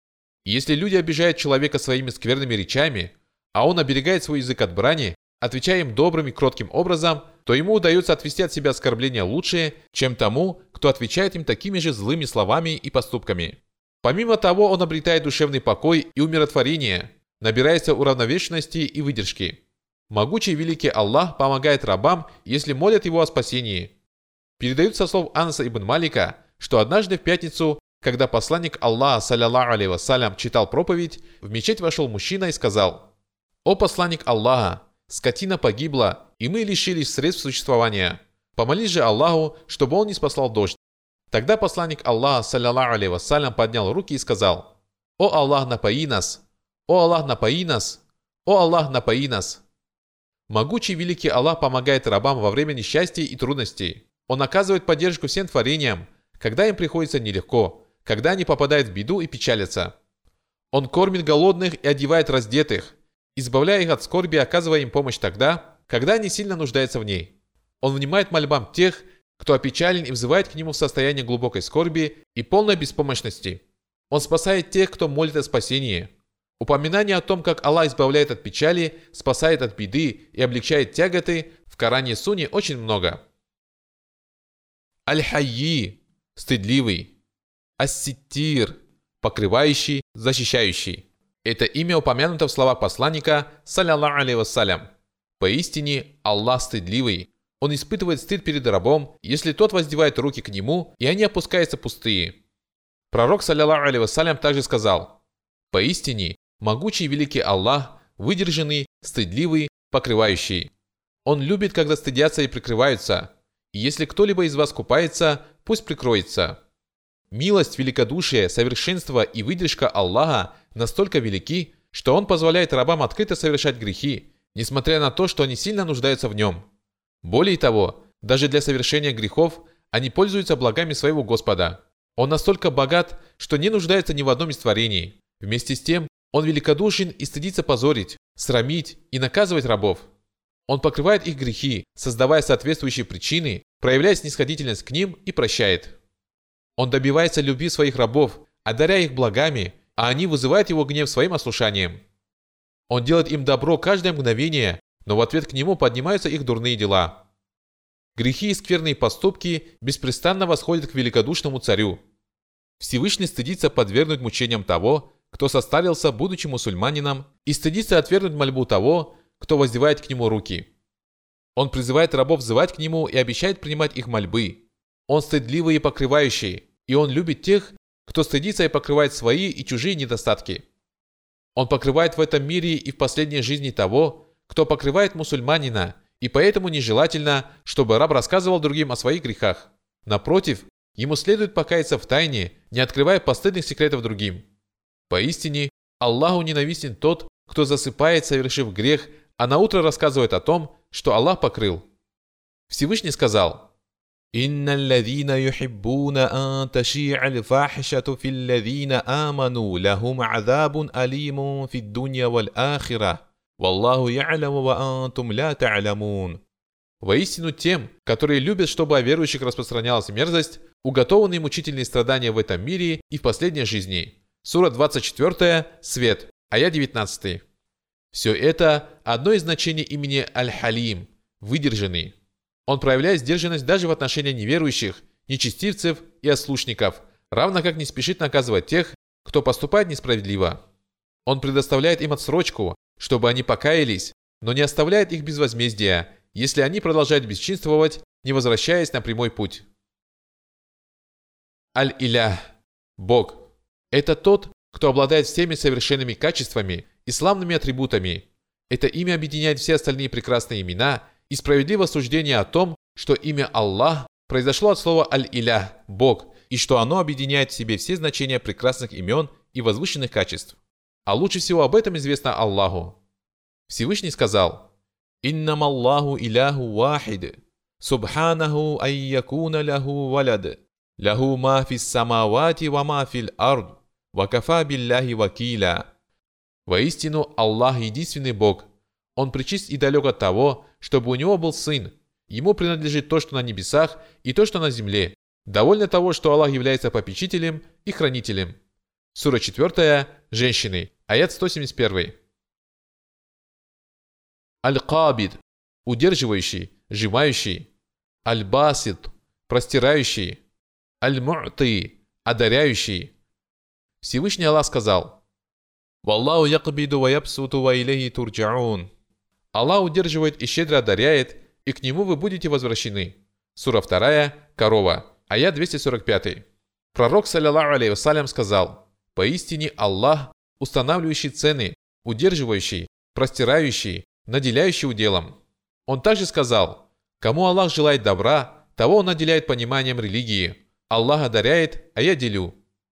Speaker 1: Если люди обижают человека своими скверными речами, а он оберегает свой язык от брани, отвечая им добрым и кротким образом, то ему удается отвести от себя оскорбления лучше, чем тому, кто отвечает им такими же злыми словами и поступками. Помимо того, он обретает душевный покой и умиротворение, набирается уравновешенности и выдержки. Могучий и великий Аллах помогает рабам, если молят его о спасении. Передают со слов Анаса ибн Малика, что однажды в пятницу, когда посланник Аллаха, саллиллаху алейхи вассалям, читал проповедь, в мечеть вошел мужчина и сказал: «О посланник Аллаха, скотина погибла, и мы лишились средств существования. Помолись же Аллаху, чтобы он не спаслал дождь». Тогда посланник Аллаха, саллиллаху алейхи вассалям, поднял руки и сказал: «О Аллах, напои нас! О Аллах, напои нас! О Аллах, напои нас!» Могучий и великий Аллах помогает рабам во время несчастья и трудностей. Он оказывает поддержку всем творениям, когда им приходится нелегко, когда они попадают в беду и печалятся. Он кормит голодных и одевает раздетых, избавляя их от скорби и оказывая им помощь тогда, когда они сильно нуждаются в ней. Он внимает мольбам тех, кто опечален и взывает к нему в состоянии глубокой скорби и полной беспомощности. Он спасает тех, кто молит о спасении. Упоминание о том, как Аллах избавляет от печали, спасает от беды и облегчает тяготы, в Коране Сунне очень много. Аль-Хайи – стыдливый. Ас-Ситтир – покрывающий, защищающий. Это имя упомянуто в словах посланника, саллиллаху алейхи вассалям. Поистине, Аллах стыдливый. Он испытывает стыд перед рабом, если тот воздевает руки к нему, и они опускаются пустые. Пророк, саллиллаху алейхи вассалям, также сказал: «Поистине, могучий и великий Аллах, выдержанный, стыдливый, покрывающий. Он любит, когда стыдятся и прикрываются. И если кто-либо из вас купается, пусть прикроется». Милость, великодушие, совершенство и выдержка Аллаха настолько велики, что Он позволяет рабам открыто совершать грехи, несмотря на то, что они сильно нуждаются в нем. Более того, даже для совершения грехов они пользуются благами своего Господа. Он настолько богат, что не нуждается ни в одном из творений. Вместе с тем, Он великодушен и стыдится позорить, срамить и наказывать рабов. Он покрывает их грехи, создавая соответствующие причины, проявляя снисходительность к ним и прощает. Он добивается любви своих рабов, одаряя их благами, а они вызывают его гнев своим ослушанием. Он делает им добро каждое мгновение, но в ответ к нему поднимаются их дурные дела. Грехи и скверные поступки беспрестанно восходят к великодушному царю. Всевышний стыдится подвергнуть мучениям того, кто состарился, будучи мусульманином, и стыдится отвергнуть мольбу того, кто воздевает к нему руки. Он призывает рабов взывать к нему и обещает принимать их мольбы. Он стыдливый и покрывающий, и он любит тех, кто стыдится и покрывает свои и чужие недостатки. Он покрывает в этом мире и в последней жизни того, кто покрывает мусульманина, и поэтому нежелательно, чтобы раб рассказывал другим о своих грехах. Напротив, ему следует покаяться в тайне, не открывая постыдных секретов другим. Поистине, Аллаху ненавистен тот, кто засыпает, совершив грех, а наутро рассказывает о том, что Аллах покрыл. Всевышний сказал:
Speaker 2: إن الذين يحبون أن تشيع الفاحشة في الذين آمنوا لهم عذاب أليم في الدنيا والآخرة والله يعلم وأنتم لا تعلمون.
Speaker 1: Воистину тем, которые любят, чтобы о верующих распространялась мерзость, уготованы мучительные страдания в этом мире и в последней жизни. Сура двадцать четыре, Свет, аят девятнадцать. Все это одно из значений имени Аль-Халим, выдержанный. Он проявляет сдержанность даже в отношении неверующих, нечестивцев и ослушников, равно как не спешит наказывать тех, кто поступает несправедливо. Он предоставляет им отсрочку, чтобы они покаялись, но не оставляет их без возмездия, если они продолжают бесчинствовать, не возвращаясь на прямой путь. Аль-Илях, Бог, это тот, кто обладает всеми совершенными качествами и славными атрибутами. Это имя объединяет все остальные прекрасные имена и справедливо суждение о том, что имя Аллах произошло от слова Аль-Илях, Бог, и что оно объединяет в себе все значения прекрасных имен и возвышенных качеств. А лучше всего об этом известно Аллаху. Всевышний сказал:
Speaker 2: «Иннам Аллаху иляху вахид, субханаху ан якуна лаху валад, лаху ма фис самавати ва ма фил ард, ва кафа билляхи вакиля».
Speaker 1: Воистину, Аллах единственный Бог. Он пречист и далек от того, чтобы у него был сын. Ему принадлежит то, что на небесах, и то, что на земле. Довольно того, что Аллах является попечителем и хранителем. Сура четыре, Женщины, аят сто семьдесят один. Аль-Кабид, удерживающий, сжимающий. Аль-Басит, простирающий. Аль-Му'ти, одаряющий. Всевышний Аллах сказал:
Speaker 2: «Валлаху якбиду ва ябсуту ва илейхи турджаун».
Speaker 1: Аллах удерживает и щедро одаряет, и к нему вы будете возвращены. Сура два, Корова, аят двести сорок пять. Пророк, саллаллаху алейхи вассалям, сказал: «Поистине Аллах, устанавливающий цены, удерживающий, простирающий, наделяющий уделом». Он также сказал: «Кому Аллах желает добра, того Он наделяет пониманием религии. Аллах одаряет, а я делю».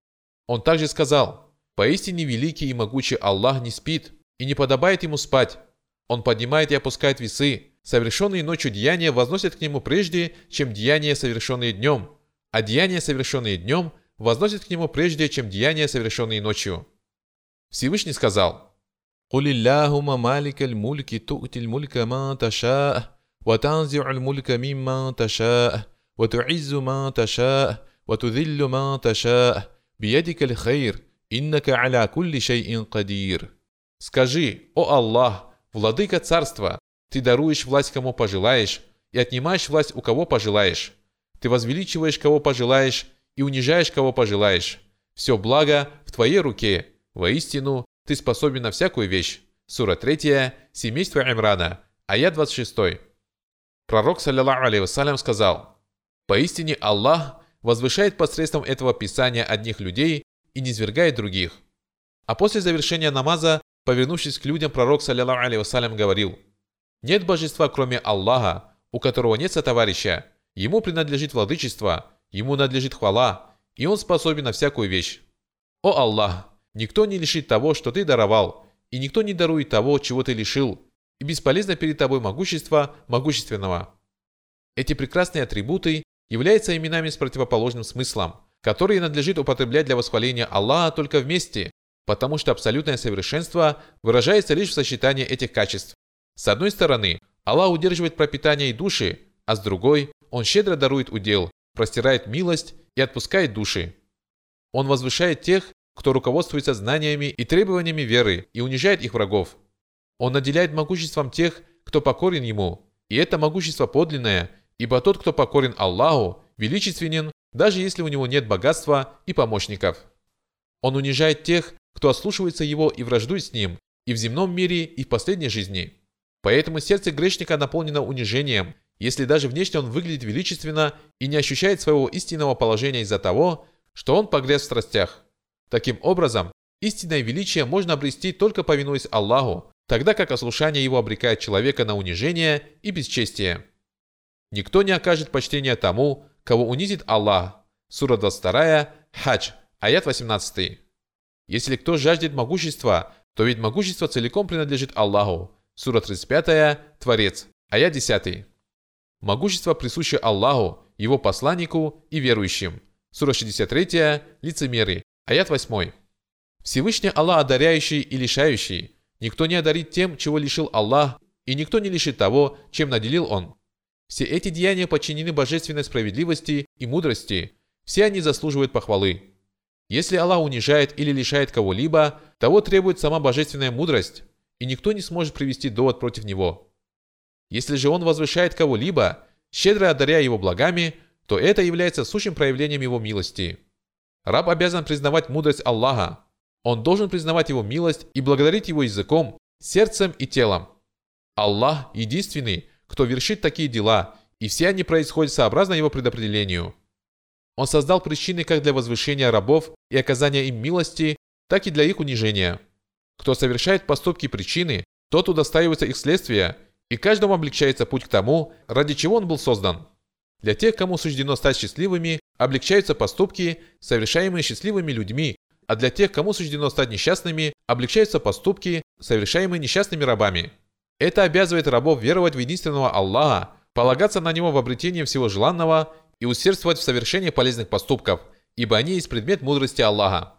Speaker 1: Он также сказал: «Поистине великий и могучий Аллах не спит, и не подобает ему спать. Он поднимает и опускает весы. Совершенные ночью деяния возносят к нему прежде, чем деяния, совершенные днем, а деяния, совершенные днем, возносят к нему прежде, чем деяния, совершенные ночью». Всевышний сказал:
Speaker 2: «Куль Аллахума маликаль мульки ту'тиль мулька ма таша, ва танзи'уль мулька мимма таша, ва ту'иззу ма таша, ва тудиллу ма таша, биядикаль хайр, иннака аля кулли шай'ин кадир».
Speaker 1: Скажи: «О Аллах, владыка царства, ты даруешь власть кому пожелаешь и отнимаешь власть у кого пожелаешь. Ты возвеличиваешь кого пожелаешь и унижаешь кого пожелаешь. Все благо в твоей руке. Воистину, ты способен на всякую вещь». Сура три, Семейство Имрана, аят двадцать шесть. Пророк, саллаллаху алейхи вассалям, сказал: «Поистине Аллах возвышает посредством этого писания одних людей и низвергает других». А после завершения намаза, повернувшись к людям, пророк, саллаллаху алейхи вассалям, говорил: «Нет божества, кроме Аллаха, у которого нет сотоварища. Ему принадлежит владычество, ему надлежит хвала, и он способен на всякую вещь. О Аллах, никто не лишит того, что ты даровал, и никто не дарует того, чего ты лишил, и бесполезно перед тобой могущество могущественного». Эти прекрасные атрибуты являются именами с противоположным смыслом, которые надлежит употреблять для восхваления Аллаха только вместе, потому что абсолютное совершенство выражается лишь в сочетании этих качеств. С одной стороны, Аллах удерживает пропитание и души, а с другой, Он щедро дарует удел, простирает милость и отпускает души. Он возвышает тех, кто руководствуется знаниями и требованиями веры, и унижает их врагов. Он наделяет могуществом тех, кто покорен Ему, и это могущество подлинное, ибо тот, кто покорен Аллаху, величественен, даже если у него нет богатства и помощников. Он унижает тех, кто ослушивается Его и враждует с Ним, и в земном мире, и в последней жизни. Поэтому сердце грешника наполнено унижением, если даже внешне он выглядит величественно и не ощущает своего истинного положения из-за того, что он погряз в страстях. Таким образом, истинное величие можно обрести только повинуясь Аллаху, тогда как ослушание его обрекает человека на унижение и бесчестие. Никто не окажет почтения тому, кого унизит Аллах. Сура двадцать вторая, Хадж, аят восемнадцатый. Если кто жаждет могущества, то ведь могущество целиком принадлежит Аллаху. Сура тридцать пятая, Творец, аят десятый. Могущество присуще Аллаху, его посланнику и верующим. Сура шестьдесят третья, Лицемеры, аят восьмой. Всевышний Аллах одаряющий и лишающий. Никто не одарит тем, чего лишил Аллах, и никто не лишит того, чем наделил Он. Все эти деяния подчинены божественной справедливости и мудрости. Все они заслуживают похвалы. Если Аллах унижает или лишает кого-либо, того требует сама божественная мудрость, и никто не сможет привести довод против него. Если же Он возвышает кого-либо, щедро одаряя его благами, то это является сущим проявлением его милости. Раб обязан признавать мудрость Аллаха. Он должен признавать его милость и благодарить его языком, сердцем и телом. Аллах единственный, кто вершит такие дела, и все они происходят сообразно его предопределению. Он создал причины как для возвышения рабов и оказания им милости, так и для их унижения. Кто совершает поступки причины, тот удостаивается их следствия, и каждому облегчается путь к тому, ради чего он был создан. Для тех, кому суждено стать счастливыми, облегчаются поступки, совершаемые счастливыми людьми, а для тех, кому суждено стать несчастными, облегчаются поступки, совершаемые несчастными рабами. Это обязывает рабов веровать в единственного Аллаха, полагаться на Него в обретении всего желанного и усердствовать в совершении полезных поступков, ибо они есть предмет мудрости Аллаха.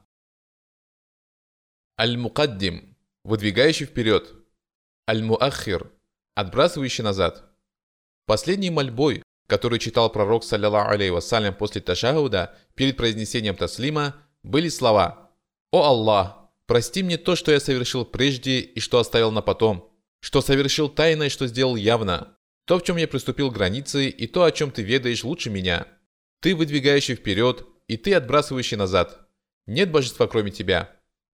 Speaker 1: Аль-Мукаддим – выдвигающий вперед. Аль-Муаххир – отбрасывающий назад. Последней мольбой, которую читал пророк, саллиллаху алейхи вассалям, после ташахуда, перед произнесением таслима, были слова: «О Аллах, прости мне то, что я совершил прежде и что оставил на потом, что совершил тайно и что сделал явно, то, в чем я приступил к границе, и то, о чем ты ведаешь лучше меня. Ты выдвигающий вперед, и ты отбрасывающий назад. Нет божества, кроме тебя».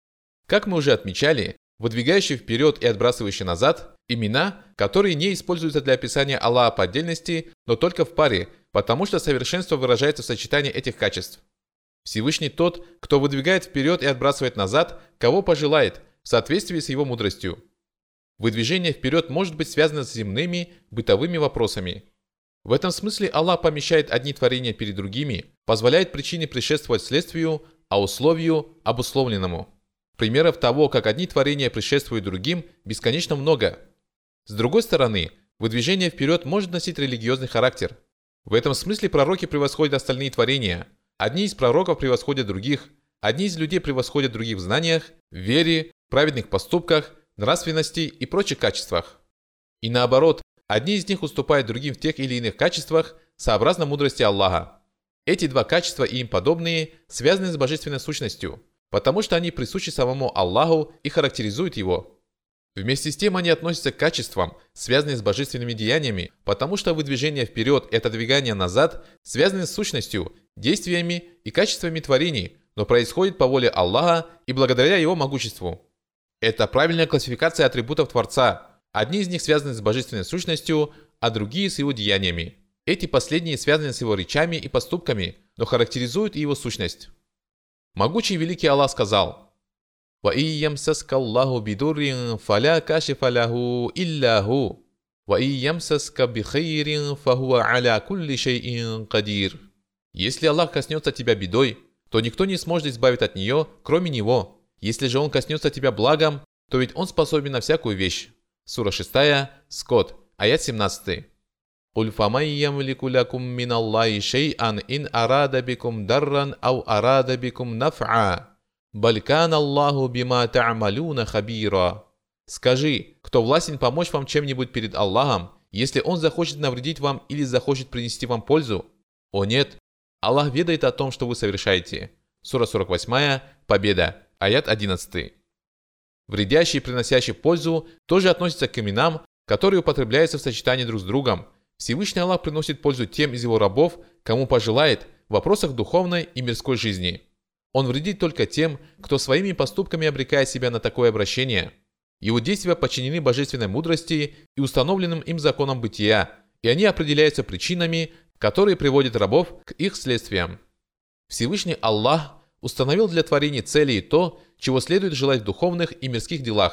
Speaker 1: Как мы уже отмечали, выдвигающий вперед и отбрасывающий назад – имена, которые не используются для описания Аллаха по отдельности, но только в паре, потому что совершенство выражается в сочетании этих качеств. Всевышний тот, кто выдвигает вперед и отбрасывает назад, кого пожелает, в соответствии с его мудростью. Выдвижение вперед может быть связано с земными, бытовыми вопросами. В этом смысле Аллах помещает одни творения перед другими, позволяет причине предшествовать следствию, а условию – обусловленному. Примеров того, как одни творения предшествуют другим, бесконечно много. С другой стороны, выдвижение вперед может носить религиозный характер. В этом смысле пророки превосходят остальные творения. Одни из пророков превосходят других, одни из людей превосходят других в знаниях, вере, праведных поступках, нравственности и прочих качествах. И наоборот, одни из них уступают другим в тех или иных качествах, сообразно мудрости Аллаха. Эти два качества и им подобные связаны с божественной сущностью, потому что они присущи самому Аллаху и характеризуют его. Вместе с тем они относятся к качествам, связанным с божественными деяниями, потому что выдвижение вперед и отодвигание назад связаны с сущностью, действиями и качествами творений, но происходит по воле Аллаха и благодаря его могуществу. Это правильная классификация атрибутов Творца. Одни из них связаны с божественной сущностью, а другие с его деяниями. Эти последние связаны с его речами и поступками, но характеризуют и его сущность. Могучий великий Аллах сказал: «Ва ийямсаска Аллаху бидуррин фаля кашифа лаху илля ху, ва ийямсаска бихайрин фахуа аля кулли шайин кадир». Если Аллах коснется тебя бедой, то никто не сможет избавить от нее, кроме Него. Если же Он коснется тебя благом, то ведь Он способен на всякую вещь. Сура шестая, Скот, аят семнадцатый. «Куль фаман ямлику лакум мин Аллахи шей'ан ин арада бикум дарран ау арада бикум наф'а. Баль кан Аллаху бима та'малюна хабира». Скажи, кто властен помочь вам чем-нибудь перед Аллахом, если Он захочет навредить вам или захочет принести вам пользу? О нет, Аллах ведает о том, что вы совершаете. Сура сорок восьмая, Победа, аят одиннадцатый. Вредящий и приносящий пользу тоже относятся к именам, которые употребляются в сочетании друг с другом. Всевышний Аллах приносит пользу тем из его рабов, кому пожелает, в вопросах духовной и мирской жизни. Он вредит только тем, кто своими поступками обрекает себя на такое обращение. Его действия подчинены божественной мудрости и установленным им законам бытия, и они определяются причинами, которые приводят рабов к их следствиям. Всевышний Аллах установил для творений цели и то, чего следует желать в духовных и мирских делах.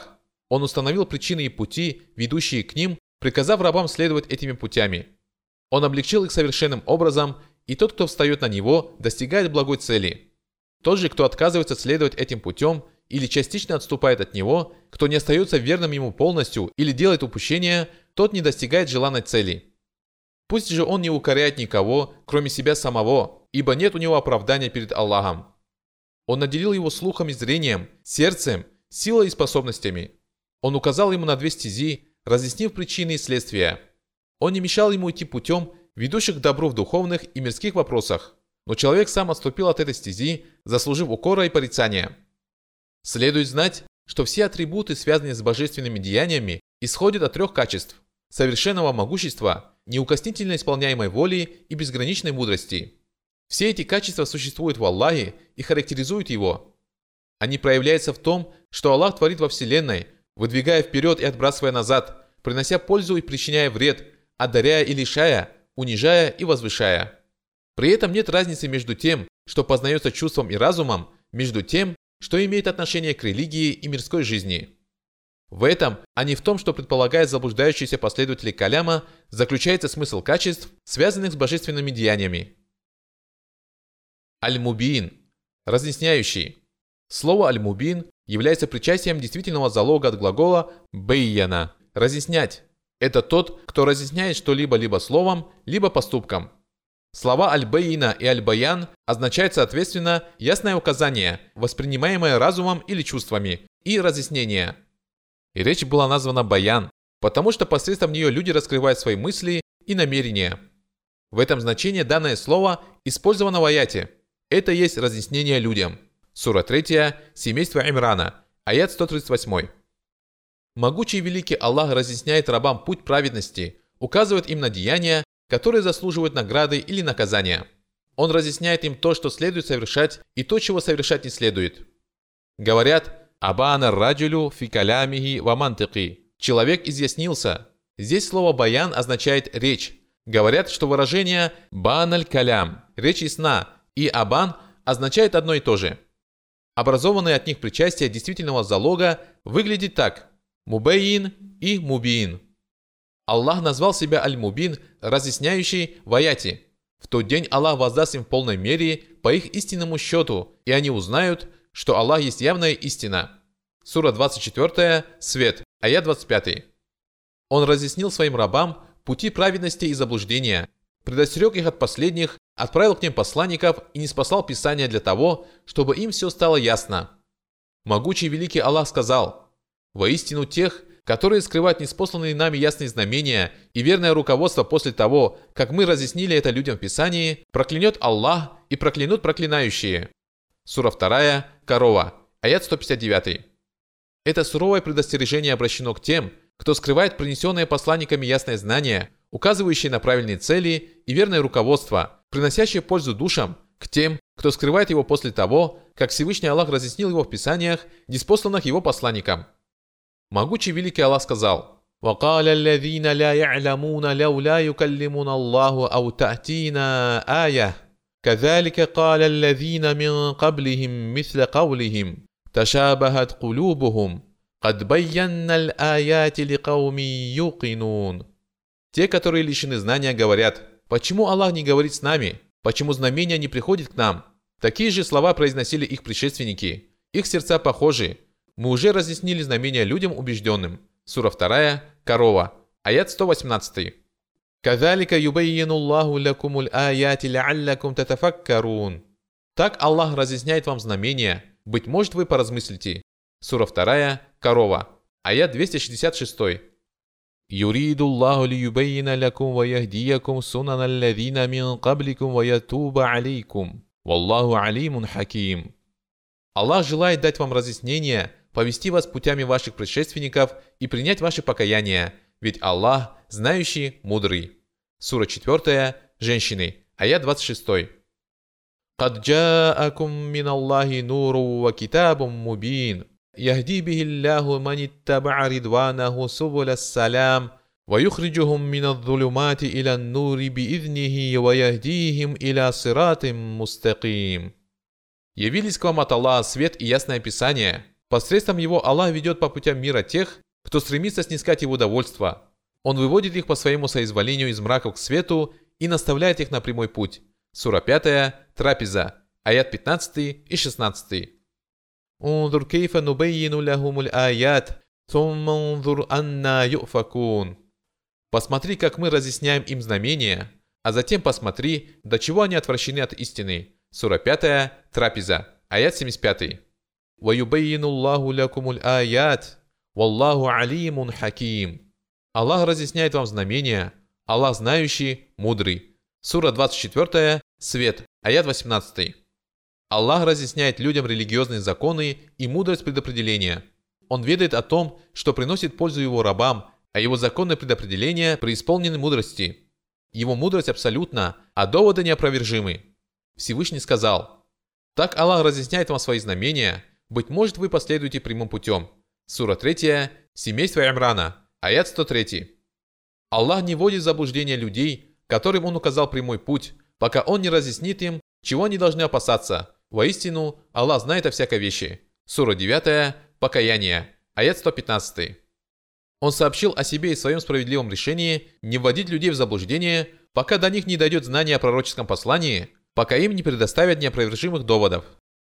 Speaker 1: Он установил причины и пути, ведущие к ним, приказав рабам следовать этими путями. Он облегчил их совершенным образом, и тот, кто встает на него, достигает благой цели. Тот же, кто отказывается следовать этим путем или частично отступает от него, кто не остается верным ему полностью или делает упущения, тот не достигает желанной цели. Пусть же он не укоряет никого, кроме себя самого, ибо нет у него оправдания перед Аллахом. Он наделил его слухом и зрением, сердцем, силой и способностями. Он указал ему на две стези, разъяснив причины и следствия. Он не мешал ему идти путем, ведущих к добру в духовных и мирских вопросах. Но человек сам отступил от этой стези, заслужив укора и порицания. Следует знать, что все атрибуты, связанные с божественными деяниями, исходят от трех качеств – совершенного могущества, неукоснительно исполняемой воли и безграничной мудрости. Все эти качества существуют в Аллахе и характеризуют Его. Они проявляются в том, что Аллах творит во Вселенной, выдвигая вперед и отбрасывая назад, принося пользу и причиняя вред, одаряя и лишая, унижая и возвышая. При этом нет разницы между тем, что познается чувством и разумом, между тем, что имеет отношение к религии и мирской жизни. В этом, а не в том, что предполагает заблуждающиеся последователи каляма, заключается смысл качеств, связанных с божественными деяниями. Аль-Мубин – разъясняющий. Слово «Аль-Мубин» является причастием действительного залога от глагола «бейяна» – разъяснять. Это тот, кто разъясняет что-либо либо словом, либо поступком. Слова «аль-бейина» и «аль-баян» означают, соответственно, ясное указание, воспринимаемое разумом или чувствами, и разъяснение. И речь была названа «баян», потому что посредством нее люди раскрывают свои мысли и намерения. В этом значении данное слово использовано в аяте. Это есть разъяснение людям. Сура третья, семейство Имрана, аят сто тридцать восемь. Могучий и великий Аллах разъясняет рабам путь праведности, указывает им на деяния, которые заслуживают награды или наказания. Он разъясняет им то, что следует совершать, и то, чего совершать не следует. Говорят «Абана раджулю фи калямихи ва мантики» – «человек изъяснился». Здесь слово «баян» означает «речь». Говорят, что выражение «баналь калям» – «речь ясна» и «абан» означает одно и то же. Образованное от них причастие действительного залога выглядит так – «мубейин» и «мубиин». Аллах назвал себя Аль-Мубин, разъясняющий в аяте. В тот день Аллах воздаст им в полной мере по их истинному счету, и они узнают, что Аллах есть явная истина. Сура двадцать четыре, Свет, аят двадцать пять. Он разъяснил своим рабам пути праведности и заблуждения, предостерег их от последних, отправил к ним посланников и ниспослал Писание для того, чтобы им все стало ясно. Могучий великий Аллах сказал: «Воистину тех, которые скрывают ниспосланные нами ясные знамения и верное руководство после того, как мы разъяснили это людям в Писании, проклянет Аллах и проклянут проклинающие». Сура вторая, Корова, аят сто пятьдесят девять. Это суровое предостережение обращено к тем, кто скрывает принесенные посланниками ясное знание, указывающие на правильные цели и верное руководство, приносящее пользу душам, к тем, кто скрывает его после того, как Всевышний Аллах разъяснил его в Писаниях, ниспосланных его посланникам. Могучий великий Аллах сказал: «وَقَالَ الَّذِينَ لَا يَعْلَمُونَ لَوْلَا يُكَلِّمُنَا اللَّهُ أَوْ تَأْتِينَا آيَةٌ كَذَلِكَ قَالَ الَّذِينَ مِنْ قَبْلِهِمْ مِثْلَ قَوْلِهِمْ تَشَابَهَتْ قُلُوبُهُمْ قَدْ بَيَّنَّا الْآيَاتِ لِقَوْمٍ يُوقِنُونَ». Те, которые лишены знания, говорят: «Почему Аллах не говорит с нами? Почему знамения не приходят к нам?» Такие же слова произносили их предшественники. Их сердца похожи. Мы уже разъяснили знамения людям убежденным. Сура вторая, Корова, аят сто восемнадцать. «Кадалика юбаййину Аллаху лакумуль аяти ла'аллакум татафаккарун». Так Аллах разъясняет вам знамения, быть может, вы поразмыслите. Сура вторая, Корова, аят двести шестьдесят шесть. «Юриду Аллаху лиюбаййина лакум ва яхдиякум сунана аллазина мин кабликум ва ятуба алейкум. Валлаху алимун хаким». Аллах желает дать вам разъяснение, повести вас путями ваших предшественников и принять ваше покаяние, ведь Аллах знающий, мудрый. Сура четыре, Женщины, аят двадцать шесть. «Кад джаакум мин Аллахи нуру ва китабум мубин, яхди бихи Аллаху ман иттаба'a ридванаху субуля салям, ва юхриджухум мин адh-dhulumati иля ан-нури би'иднихи ва яхдихим иля сиратим мустаким». Явились к вам от Аллаха свет и ясное Писание. Посредством его Аллах ведет по путям мира тех, кто стремится снискать его довольство. Он выводит их по своему соизволению из мраков к свету и наставляет их на прямой путь. Сура пятая, Трапеза, аят пятнадцатый и шестнадцатый. «Унзур кейфа нубейину лахумуль аят, сумма унзур анна юфакун». Посмотри, как мы разъясняем им знамения, а затем посмотри, до чего они отвращены от истины. Сура пятая, Трапеза, аят семьдесят пятый. «Ваюбейину Аллаху лякумуль аят, валлаху алимун хаким». Аллах разъясняет вам знамения, Аллах знающий, мудрый. Сура двадцать четвёртая, Свет, аят восемнадцатый. Аллах разъясняет людям религиозные законы и мудрость предопределения. Он ведает о том, что приносит пользу его рабам, а его законы предопределения преисполнены мудрости. Его мудрость абсолютна, а доводы неопровержимы. Всевышний сказал: «Так Аллах разъясняет вам свои знамения, быть может, вы последуете прямым путем». Сура третья, Семейство Имрана, аят сто три. Аллах не вводит в заблуждение людей, которым Он указал прямой путь, пока Он не разъяснит им, чего они должны опасаться. Воистину, Аллах знает о всякой вещи. Сура девятая, Покаяние, аят сто пятнадцатый. Он сообщил о себе и своем справедливом решении не вводить людей в заблуждение, пока до них не дойдет знание о пророческом послании, пока им не предоставят неопровержимых доводов.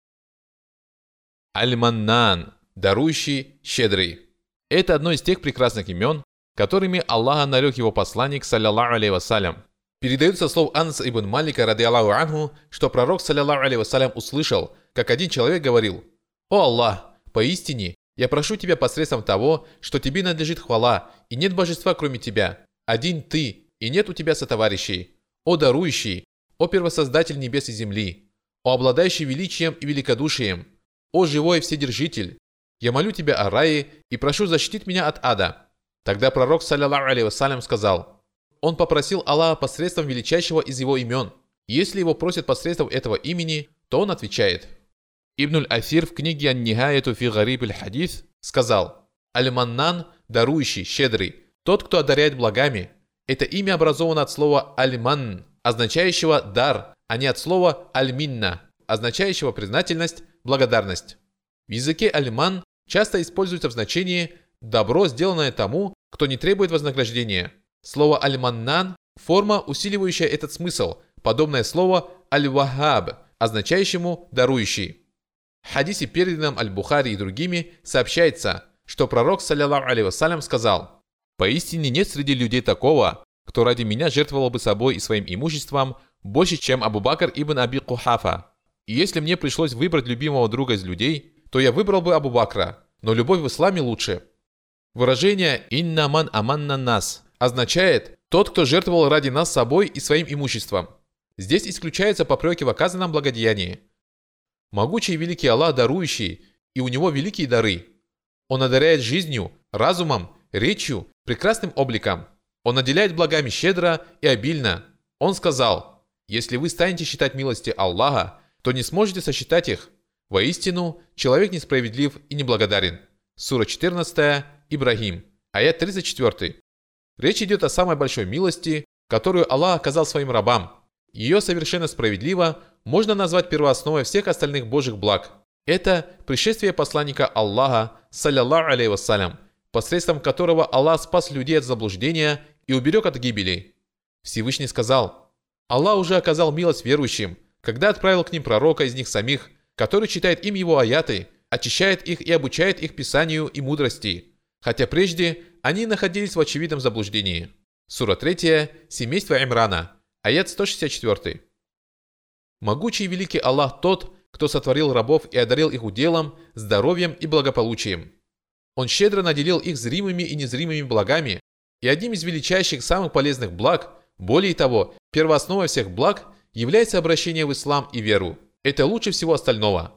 Speaker 1: Аль-Маннан, дарующий, щедрый. Это одно из тех прекрасных имен, которыми Аллах нарек его посланник, саллаллаху алейхи вассалям. Передается слов Анаса ибн Малика, ради Аллаху анху, что пророк, саллаллаху алейхи вассалям, услышал, как один человек говорил: «О Аллах, поистине, я прошу тебя посредством того, что тебе надлежит хвала, и нет божества кроме тебя. Один ты, и нет у тебя сотоварищей. О дарующий, о первосоздатель небес и земли, о обладающий величием и великодушием, о живой вседержитель, я молю тебя о рае и прошу защитить меня от ада». Тогда пророк, саллаллаху алейхи вассалям, сказал: он попросил Аллаха посредством величайшего из его имен. Если его просят посредством этого имени, то он отвечает. Ибн аль-Асир в книге «Ан-Нихаяту фи гариб аль-Хадис» сказал: «Аль-Маннан, дарующий, щедрый, тот, кто одаряет благами». Это имя образовано от слова «аль-манн», означающего «дар», а не от слова «аль-минна», означающего признательность, благодарность. В языке аль-ман часто используется в значении «добро, сделанное тому, кто не требует вознаграждения». Слово «аль-маннан» – форма, усиливающая этот смысл, подобное слово «аль-вахаб», означающему «дарующий». В хадисе, переданном Аль-Бухари и другими, сообщается, что пророк, саллаллаху алейхи вассалям, сказал: «Поистине нет среди людей такого, кто ради меня жертвовал бы собой и своим имуществом больше, чем Абу Бакр ибн Аби Кухафа. И если мне пришлось выбрать любимого друга из людей, то я выбрал бы Абу Бакра, но любовь в исламе лучше». Выражение «инна ман аманна нас» означает «тот, кто жертвовал ради нас собой и своим имуществом». Здесь исключаются попреки в оказанном благодеянии. Могучий и великий Аллах дарующий, и у него великие дары. Он одаряет жизнью, разумом, речью, прекрасным обликом. Он наделяет благами щедро и обильно. Он сказал: «Если вы станете считать милости Аллаха, то не сможете сосчитать их. Воистину, человек несправедлив и неблагодарен». Сура четырнадцатая, Ибрахим, аят тридцать четыре. Речь идет о самой большой милости, которую Аллах оказал своим рабам. Ее совершенно справедливо можно назвать первоосновой всех остальных божьих благ. Это пришествие посланника Аллаха, саллаллаху алейхи вассалям, посредством которого Аллах спас людей от заблуждения и уберег от гибели. Всевышний сказал: «Аллах уже оказал милость верующим, когда отправил к ним пророка из них самих, который читает им его аяты, очищает их и обучает их писанию и мудрости, хотя прежде они находились в очевидном заблуждении». Сура третья, Семейство Имрана, аят сто шестьдесят четыре. Могучий и великий Аллах тот, кто сотворил рабов и одарил их уделом, здоровьем и благополучием. Он щедро наделил их зримыми и незримыми благами, и одним из величайших самых полезных благ, более того, первоосновой всех благ, является обращение в ислам и веру. Это лучше всего остального.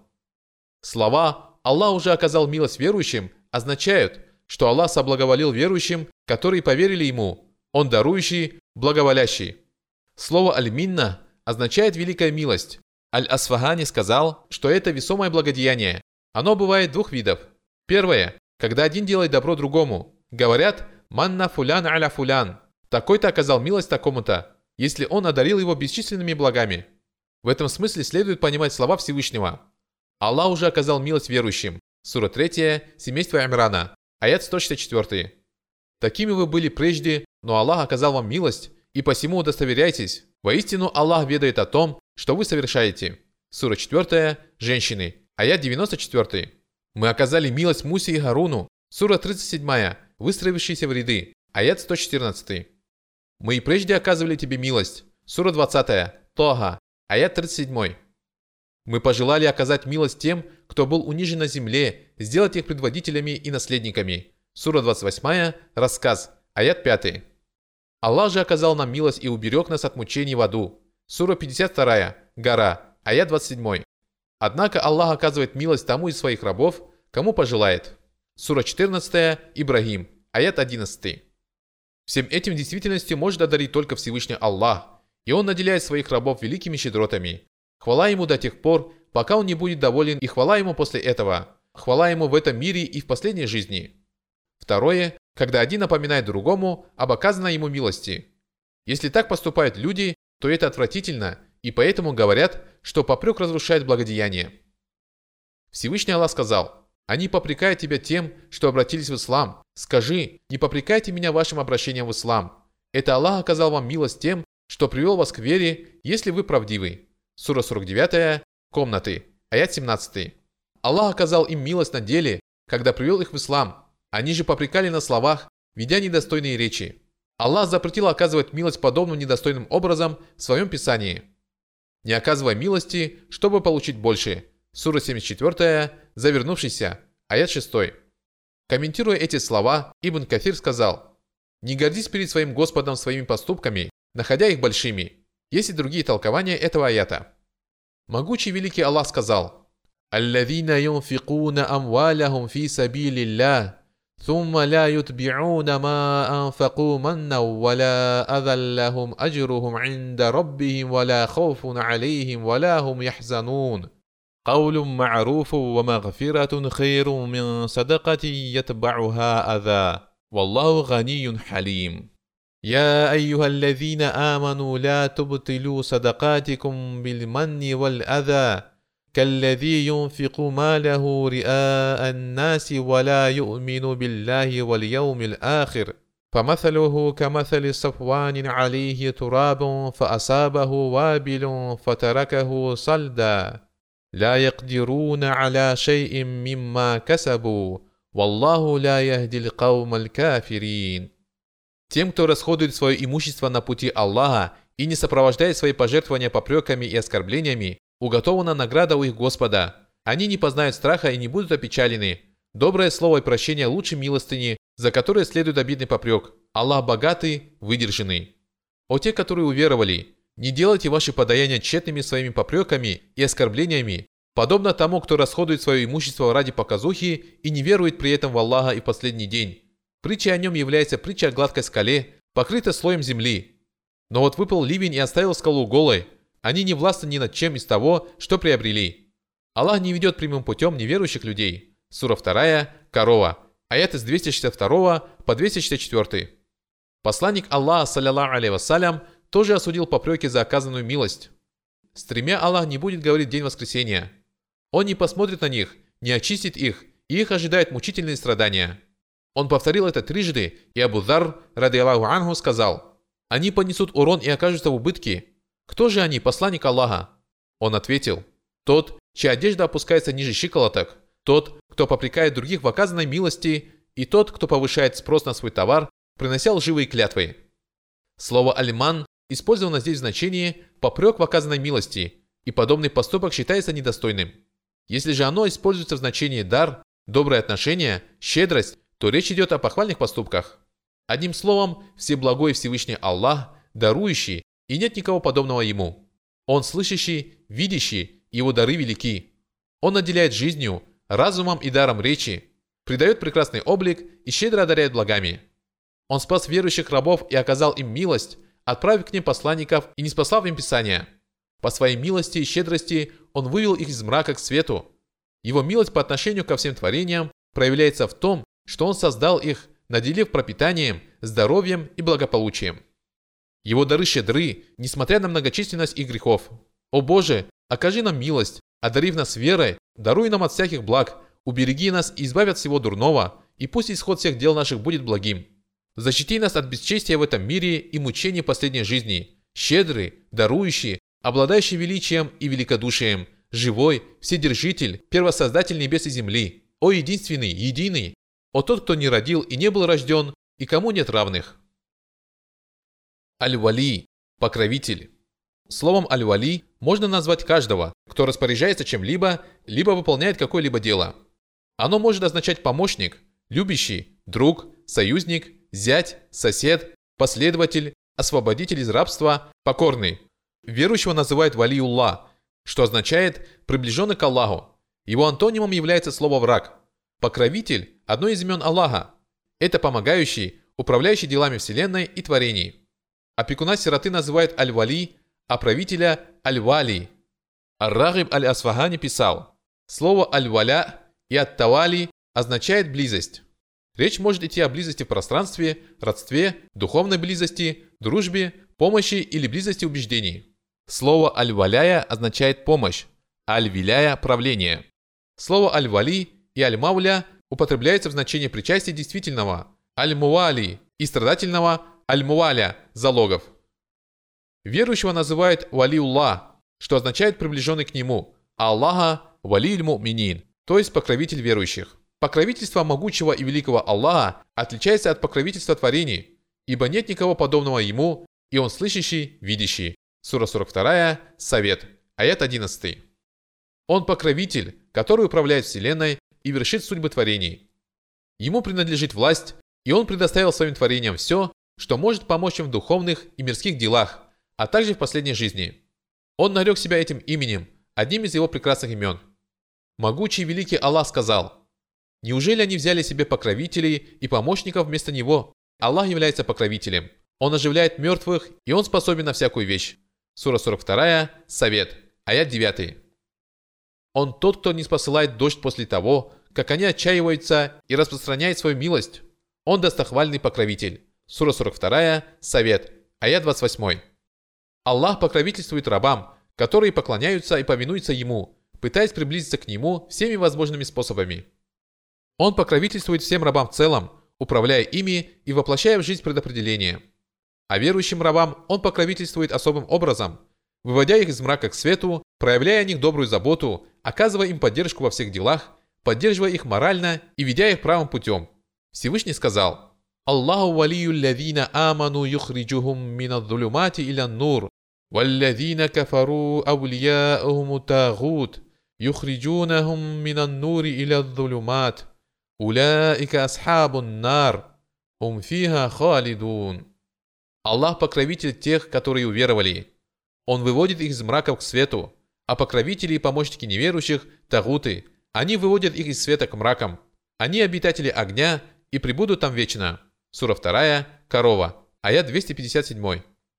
Speaker 1: Слова «Аллах уже оказал милость верующим» означают, что Аллах соблаговолил верующим, которые поверили Ему. Он дарующий, благоволящий. Слово «аль-минна» означает «великая милость». Аль-Асфахани сказал, что это весомое благодеяние. Оно бывает двух видов. Первое, когда один делает добро другому. Говорят «манна фулян аля фулян». Такой-то оказал милость такому-то, если он одарил его бесчисленными благами. В этом смысле следует понимать слова Всевышнего. Аллах уже оказал милость верующим. Сура три, семейство Имрана, аят сто шестьдесят четыре. Такими вы были прежде, но Аллах оказал вам милость, и посему удостоверяйтесь. Воистину Аллах ведает о том, что вы совершаете. Сура четыре, женщины, аят девяносто четыре. Мы оказали милость Мусе и Харуну. Сура тридцать семь, выстроившиеся в ряды, аят сто четырнадцать. Мы и прежде оказывали тебе милость. Сура двадцать, Тоха, аят тридцать семь. Мы пожелали оказать милость тем, кто был унижен на земле, сделать их предводителями и наследниками. Сура двадцать восемь, рассказ, аят пять. Аллах же оказал нам милость и уберег нас от мучений в аду. Сура пятьдесят два, гора, аят двадцать семь. Однако Аллах оказывает милость тому из своих рабов, кому пожелает. Сура четырнадцать, Ибрагим, аят одиннадцать. Всем этим в действительности может одарить только Всевышний Аллах, и Он наделяет своих рабов великими щедротами. Хвала Ему до тех пор, пока Он не будет доволен, и хвала Ему после этого. Хвала Ему в этом мире и в последней жизни. Второе, когда один напоминает другому об оказанной ему милости. Если так поступают люди, то это отвратительно, и поэтому говорят, что попрек разрушает благодеяние. Всевышний Аллах сказал: «Они попрекают тебя тем, что обратились в ислам. Скажи, не попрекайте меня вашим обращением в ислам. Это Аллах оказал вам милость тем, что привел вас к вере, если вы правдивы». Сура сорок девять, комнаты, аят семнадцать. Аллах оказал им милость на деле, когда привел их в ислам. Они же попрекали на словах, ведя недостойные речи. Аллах запретил оказывать милость подобным недостойным образом в своем писании. Не оказывай милости, чтобы получить больше. Сура семьдесят четыре, завернувшийся, аят шесть. Комментируя эти слова, Ибн Кафир сказал: «Не гордись перед своим Господом своими поступками, находя их большими». Есть и другие толкования этого аята. Могучий великий Аллах сказал: «Аллазина юнфикуна амвалахум фи сабилиллах, ثم لا يتبعون ما أنفقوا منا ولا أذى لهم أجرهم عند ربهم ولا خوف عليهم ولا هم يحزنون قول معروف ومغفرة خير من صدقة يتبعها أذى والله غني حليم يا أيها الذين آمنوا لا تبطلوا صدقاتكم بالمن والأذى كالذي ينفق ماله رئاء الناس ولا يؤمن بالله واليوم الآخر فمثله كمثل صفوان عليه تراب فأصابه وابل فتركه صلدا لا يقدرون على شيء مما كسبوا والله لا يهدي القوم الكافرين. Тем, кто расходует свое имущество на пути Аллаха и не сопровождает свои пожертвования попреками и оскорблениями, уготована награда у их Господа. Они не познают страха и не будут опечалены. Доброе слово и прощение лучше милостыни, за которое следует обидный попрек. Аллах богатый, выдержанный. О те, которые уверовали, не делайте ваши подаяния тщетными своими попреками и оскорблениями, подобно тому, кто расходует свое имущество ради показухи и не верует при этом в Аллаха и в последний день. Притча о нем является притча о гладкой скале, покрытой слоем земли. Но вот выпал ливень и оставил скалу голой. Они не властны ни над чем из того, что приобрели. Аллах не ведет прямым путем неверующих людей. Сура два, корова, аят с двести шестьдесят два по двести шестьдесят четыре. Посланник Аллаха, саллиллаху алейхи вассалям, тоже осудил попреки за оказанную милость. С тремя Аллах не будет говорить день воскресения. Он не посмотрит на них, не очистит их, и их ожидают мучительные страдания. Он повторил это трижды, и Абу Зар, ради Аллаху анху, сказал: «Они понесут урон и окажутся в убытке. Кто же они, посланник Аллаха?» Он ответил: «Тот, чья одежда опускается ниже щиколоток, тот, кто попрекает других в оказанной милости, и тот, кто повышает спрос на свой товар, принося лживые клятвы». Слово «альман» использовано здесь в значении «попрек в оказанной милости», и подобный поступок считается недостойным. Если же оно используется в значении «дар», «доброе отношение», «щедрость», то речь идет о похвальных поступках. Одним словом, Всеблагой Всевышний Аллах, дарующий, и нет никого подобного Ему. Он слышащий, видящий, Его дары велики. Он наделяет жизнью, разумом и даром речи, придает прекрасный облик и щедро одаряет благами. Он спас верующих рабов и оказал им милость, отправив к ним посланников и ниспослав им Писания. По своей милости и щедрости Он вывел их из мрака к свету. Его милость по отношению ко всем творениям проявляется в том, что Он создал их, наделив пропитанием, здоровьем и благополучием. Его дары щедры, несмотря на многочисленность их грехов. О Боже, окажи нам милость, одарив нас верой, даруй нам от всяких благ, Убереги нас и избавь от всего дурного, и пусть исход всех дел наших будет благим. Защити нас от бесчестия в этом мире и мучений последней жизни. Щедрый, дарующий, обладающий величием и великодушием, живой, вседержитель, первосоздатель небес и земли. О единственный, единый, о тот, кто не родил и не был рожден, и кому нет равных. Аль-Вали, покровитель. Словом Аль-Вали можно назвать каждого, кто распоряжается чем-либо, либо выполняет какое-либо дело. Оно может означать помощник, любящий, друг, союзник, зять, сосед, последователь, освободитель из рабства, покорный. Верующего называют Валиуллах, что означает приближенный к Аллаху. Его антонимом является слово враг. Покровитель – одно из имен Аллаха. Это помогающий, управляющий делами Вселенной и творений. Опекуна сироты называют Аль-Вали, а правителя – Аль-Вали. Ар-Рагиб Аль-Асфахани писал: слово Аль-Валя и Ат-Тавали означает близость. Речь может идти о близости в пространстве, родстве, духовной близости, дружбе, помощи или близости убеждений. Слово Аль-Валяя означает помощь, Аль-Виляя – правление. Слово Аль-Вали и Аль-Мауля употребляется в значении причастия действительного, Аль-Муали, и страдательного, Аль-Муаля – залогов. Верующего называют Валиуллах, что означает приближенный к нему, а Аллаха – Валиуль Муминин, то есть покровитель верующих. Покровительство могучего и великого Аллаха отличается от покровительства творений, ибо нет никого подобного ему, и он слышащий, видящий. Сура сорок два, Совет, аят одиннадцатый. Он покровитель, который управляет Вселенной и вершит судьбы творений. Ему принадлежит власть, и он предоставил своим творениям все, что может помочь им в духовных и мирских делах, а также в последней жизни. Он нарек себя этим именем, одним из его прекрасных имен. Могучий и великий Аллах сказал: неужели они взяли себе покровителей и помощников вместо него? Аллах является покровителем. Он оживляет мертвых, и он способен на всякую вещь. Сура сорок два, Совет, аят девятый. Он тот, кто не спосылает дождь после того, как они отчаиваются, и распространяет свою милость. Он достохвальный покровитель. Сура сорок два, Совет, аят двадцать восемь. Аллах покровительствует рабам, которые поклоняются и повинуются Ему, пытаясь приблизиться к Нему всеми возможными способами. Он покровительствует всем рабам в целом, управляя ими и воплощая в жизнь предопределение. А верующим рабам Он покровительствует особым образом, выводя их из мрака к свету, проявляя о них добрую заботу, оказывая им поддержку во всех делах, поддерживая их морально и ведя их правым путем. Всевышний сказал: «Аллаху валию лядина аману юхриджухум минадзулюмати иля нур, валлядина кафару аулияухуму тагут, юхриджунахум минаннури иля дзулюмат, уляика асхабун нар, хум фиха халидун». Аллах покровитель тех, которые уверовали. Он выводит их из мрака к свету, а покровители и помощники неверующих – тагуты. Они выводят их из света к мракам. Они обитатели огня и пребудут там вечно. Сура два, Корова, аят двести пятьдесят семь.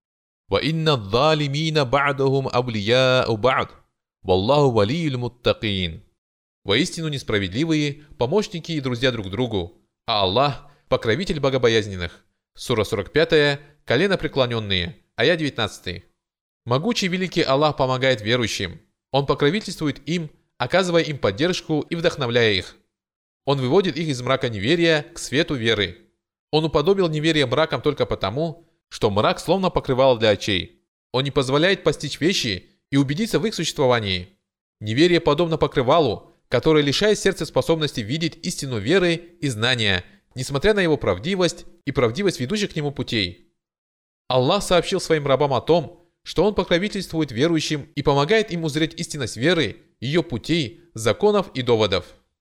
Speaker 1: «Ва инна д'алимина ба'дахум авлия'у ба'д, валлаху валиюль муттакин». Воистину несправедливые – помощники и друзья друг другу, а Аллах – покровитель богобоязненных. Сура сорок пять, колено преклоненные, аят девятнадцатый. Могучий великий Аллах помогает верующим. Он покровительствует им, оказывая им поддержку и вдохновляя их. Он выводит их из мрака неверия к свету веры. Он уподобил неверие мраком только потому, что мрак словно покрывало для очей. Он не позволяет постичь вещи и убедиться в их существовании. Неверие подобно покрывалу, которое лишает сердца способности видеть истину веры и знания, несмотря на его правдивость и правдивость ведущих к нему путей. Аллах сообщил своим рабам о том, что Он покровительствует верующим и помогает им узреть истинность веры, ее путей, законов и доводов.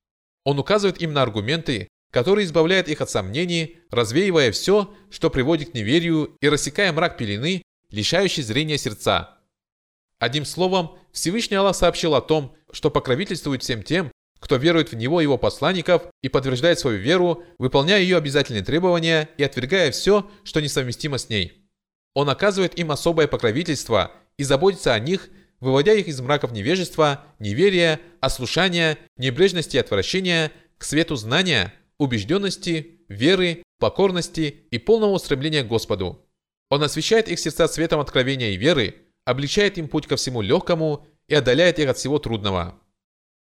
Speaker 1: Он указывает им на аргументы, которые избавляют их от сомнений, развеивая все, что приводит к неверию, и рассекая мрак пелены, лишающий зрения сердца. Одним словом, Всевышний Аллах сообщил о том, что покровительствует всем тем, кто верует в Него и Его посланников и подтверждает свою веру, выполняя ее обязательные требования и отвергая все, что несовместимо с ней. Он оказывает им особое покровительство и заботится о них, выводя их из мраков невежества, неверия, ослушания, небрежности и отвращения к свету знания, убежденности, веры, покорности и полного устремления к Господу. Он освещает их сердца светом откровения и веры, облегчает им путь ко всему легкому и отдаляет их от всего трудного.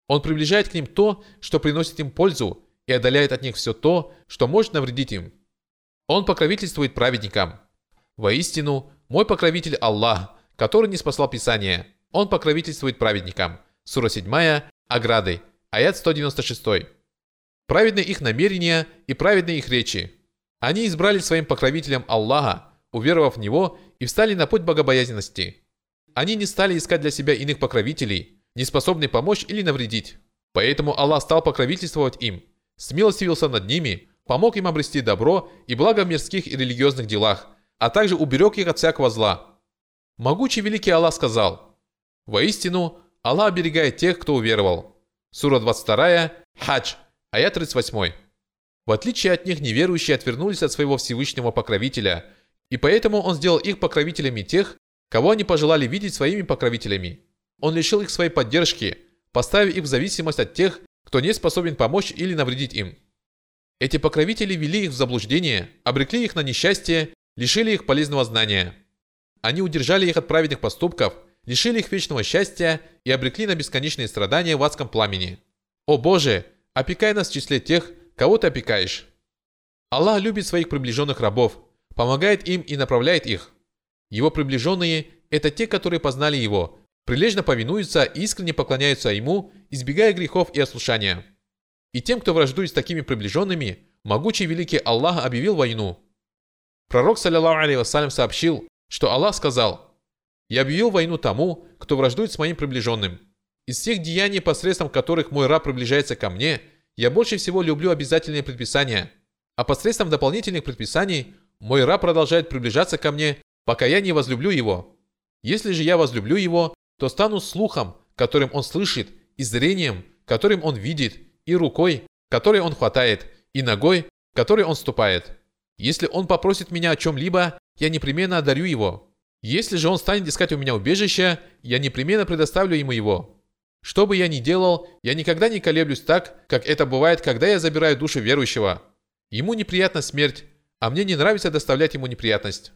Speaker 1: Он приближает к ним то, что приносит им пользу, и отдаляет от них все то, что может навредить им. Он покровительствует праведникам. Воистину, мой покровитель Аллах, который не спаслал Писание. Он покровительствует праведникам. Сура седьмая, Ограды, аят сто девяносто шесть. Праведны их намерения и праведны их речи. Они избрали своим покровителем Аллаха, уверовав в Него и встали на путь богобоязненности. Они не стали искать для себя иных покровителей, не способных помочь или навредить. Поэтому Аллах стал покровительствовать им, смилостивился над ними, помог им обрести добро и благо в мирских и религиозных делах, а также уберег их от всякого зла. Могучий великий Аллах сказал: «Воистину, Аллах оберегает тех, кто уверовал». Сура двадцать вторая, Хадж, аят тридцать восемь. В отличие от них, неверующие отвернулись от своего Всевышнего покровителя, и поэтому Он сделал их покровителями тех, кого они пожелали видеть своими покровителями. Он лишил их своей поддержки, поставив их в зависимость от тех, кто не способен помочь или навредить им. Эти покровители ввели их в заблуждение, обрекли их на несчастье, лишили их полезного знания. Они удержали их от праведных поступков, лишили их вечного счастья и обрекли на бесконечные страдания в адском пламени. О Боже, опекай нас в числе тех, кого Ты опекаешь. Аллах любит своих приближенных рабов, помогает им и направляет их. Его приближенные – это те, которые познали Его, прилежно повинуются и искренне поклоняются Ему, избегая грехов и ослушания. И тем, кто враждует с такими приближенными, могучий великий Аллах объявил войну. Пророк, саллиллаху алейхи вассалям, сообщил, что Аллах сказал: «Я объявил войну тому, кто враждует с моим приближенным. Из всех деяний, посредством которых мой раб приближается ко мне, я больше всего люблю обязательные предписания, а посредством дополнительных предписаний мой раб продолжает приближаться ко мне, пока я не возлюблю его. Если же я возлюблю его, то стану слухом, которым он слышит, и зрением, которым он видит, и рукой, которой он хватает, и ногой, которой он ступает. Если он попросит меня о чем-либо, я непременно одарю его. Если же он станет искать у меня убежище, я непременно предоставлю ему его. Что бы я ни делал, я никогда не колеблюсь так, как это бывает, когда я забираю душу верующего. Ему неприятна смерть, а мне не нравится доставлять ему неприятность».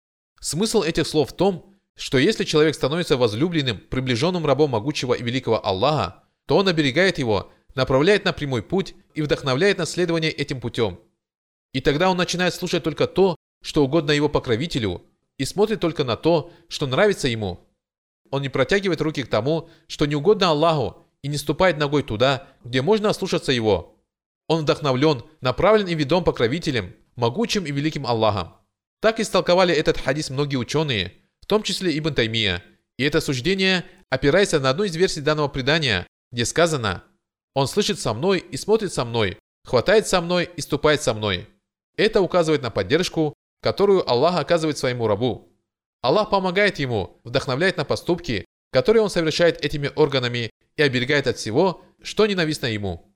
Speaker 1: Смысл этих слов в том, что если человек становится возлюбленным, приближенным рабом могучего и великого Аллаха, то он оберегает его, направляет на прямой путь и вдохновляет на следование этим путем. И тогда он начинает слушать только то, что угодно его покровителю, и смотрит только на то, что нравится ему. Он не протягивает руки к тому, что не угодно Аллаху, и не ступает ногой туда, где можно ослушаться его. Он вдохновлен, направлен и ведом покровителем, могучим и великим Аллахом. Так истолковали этот хадис многие ученые, в том числе Ибн Таймия, и это суждение опирается на одну из версий данного предания, где сказано: «Он слышит со мной и смотрит со мной, хватает со мной и ступает со мной». Это указывает на поддержку, которую Аллах оказывает своему рабу. Аллах помогает ему, вдохновляет на поступки, которые он совершает этими органами, и оберегает от всего, что ненавистно ему.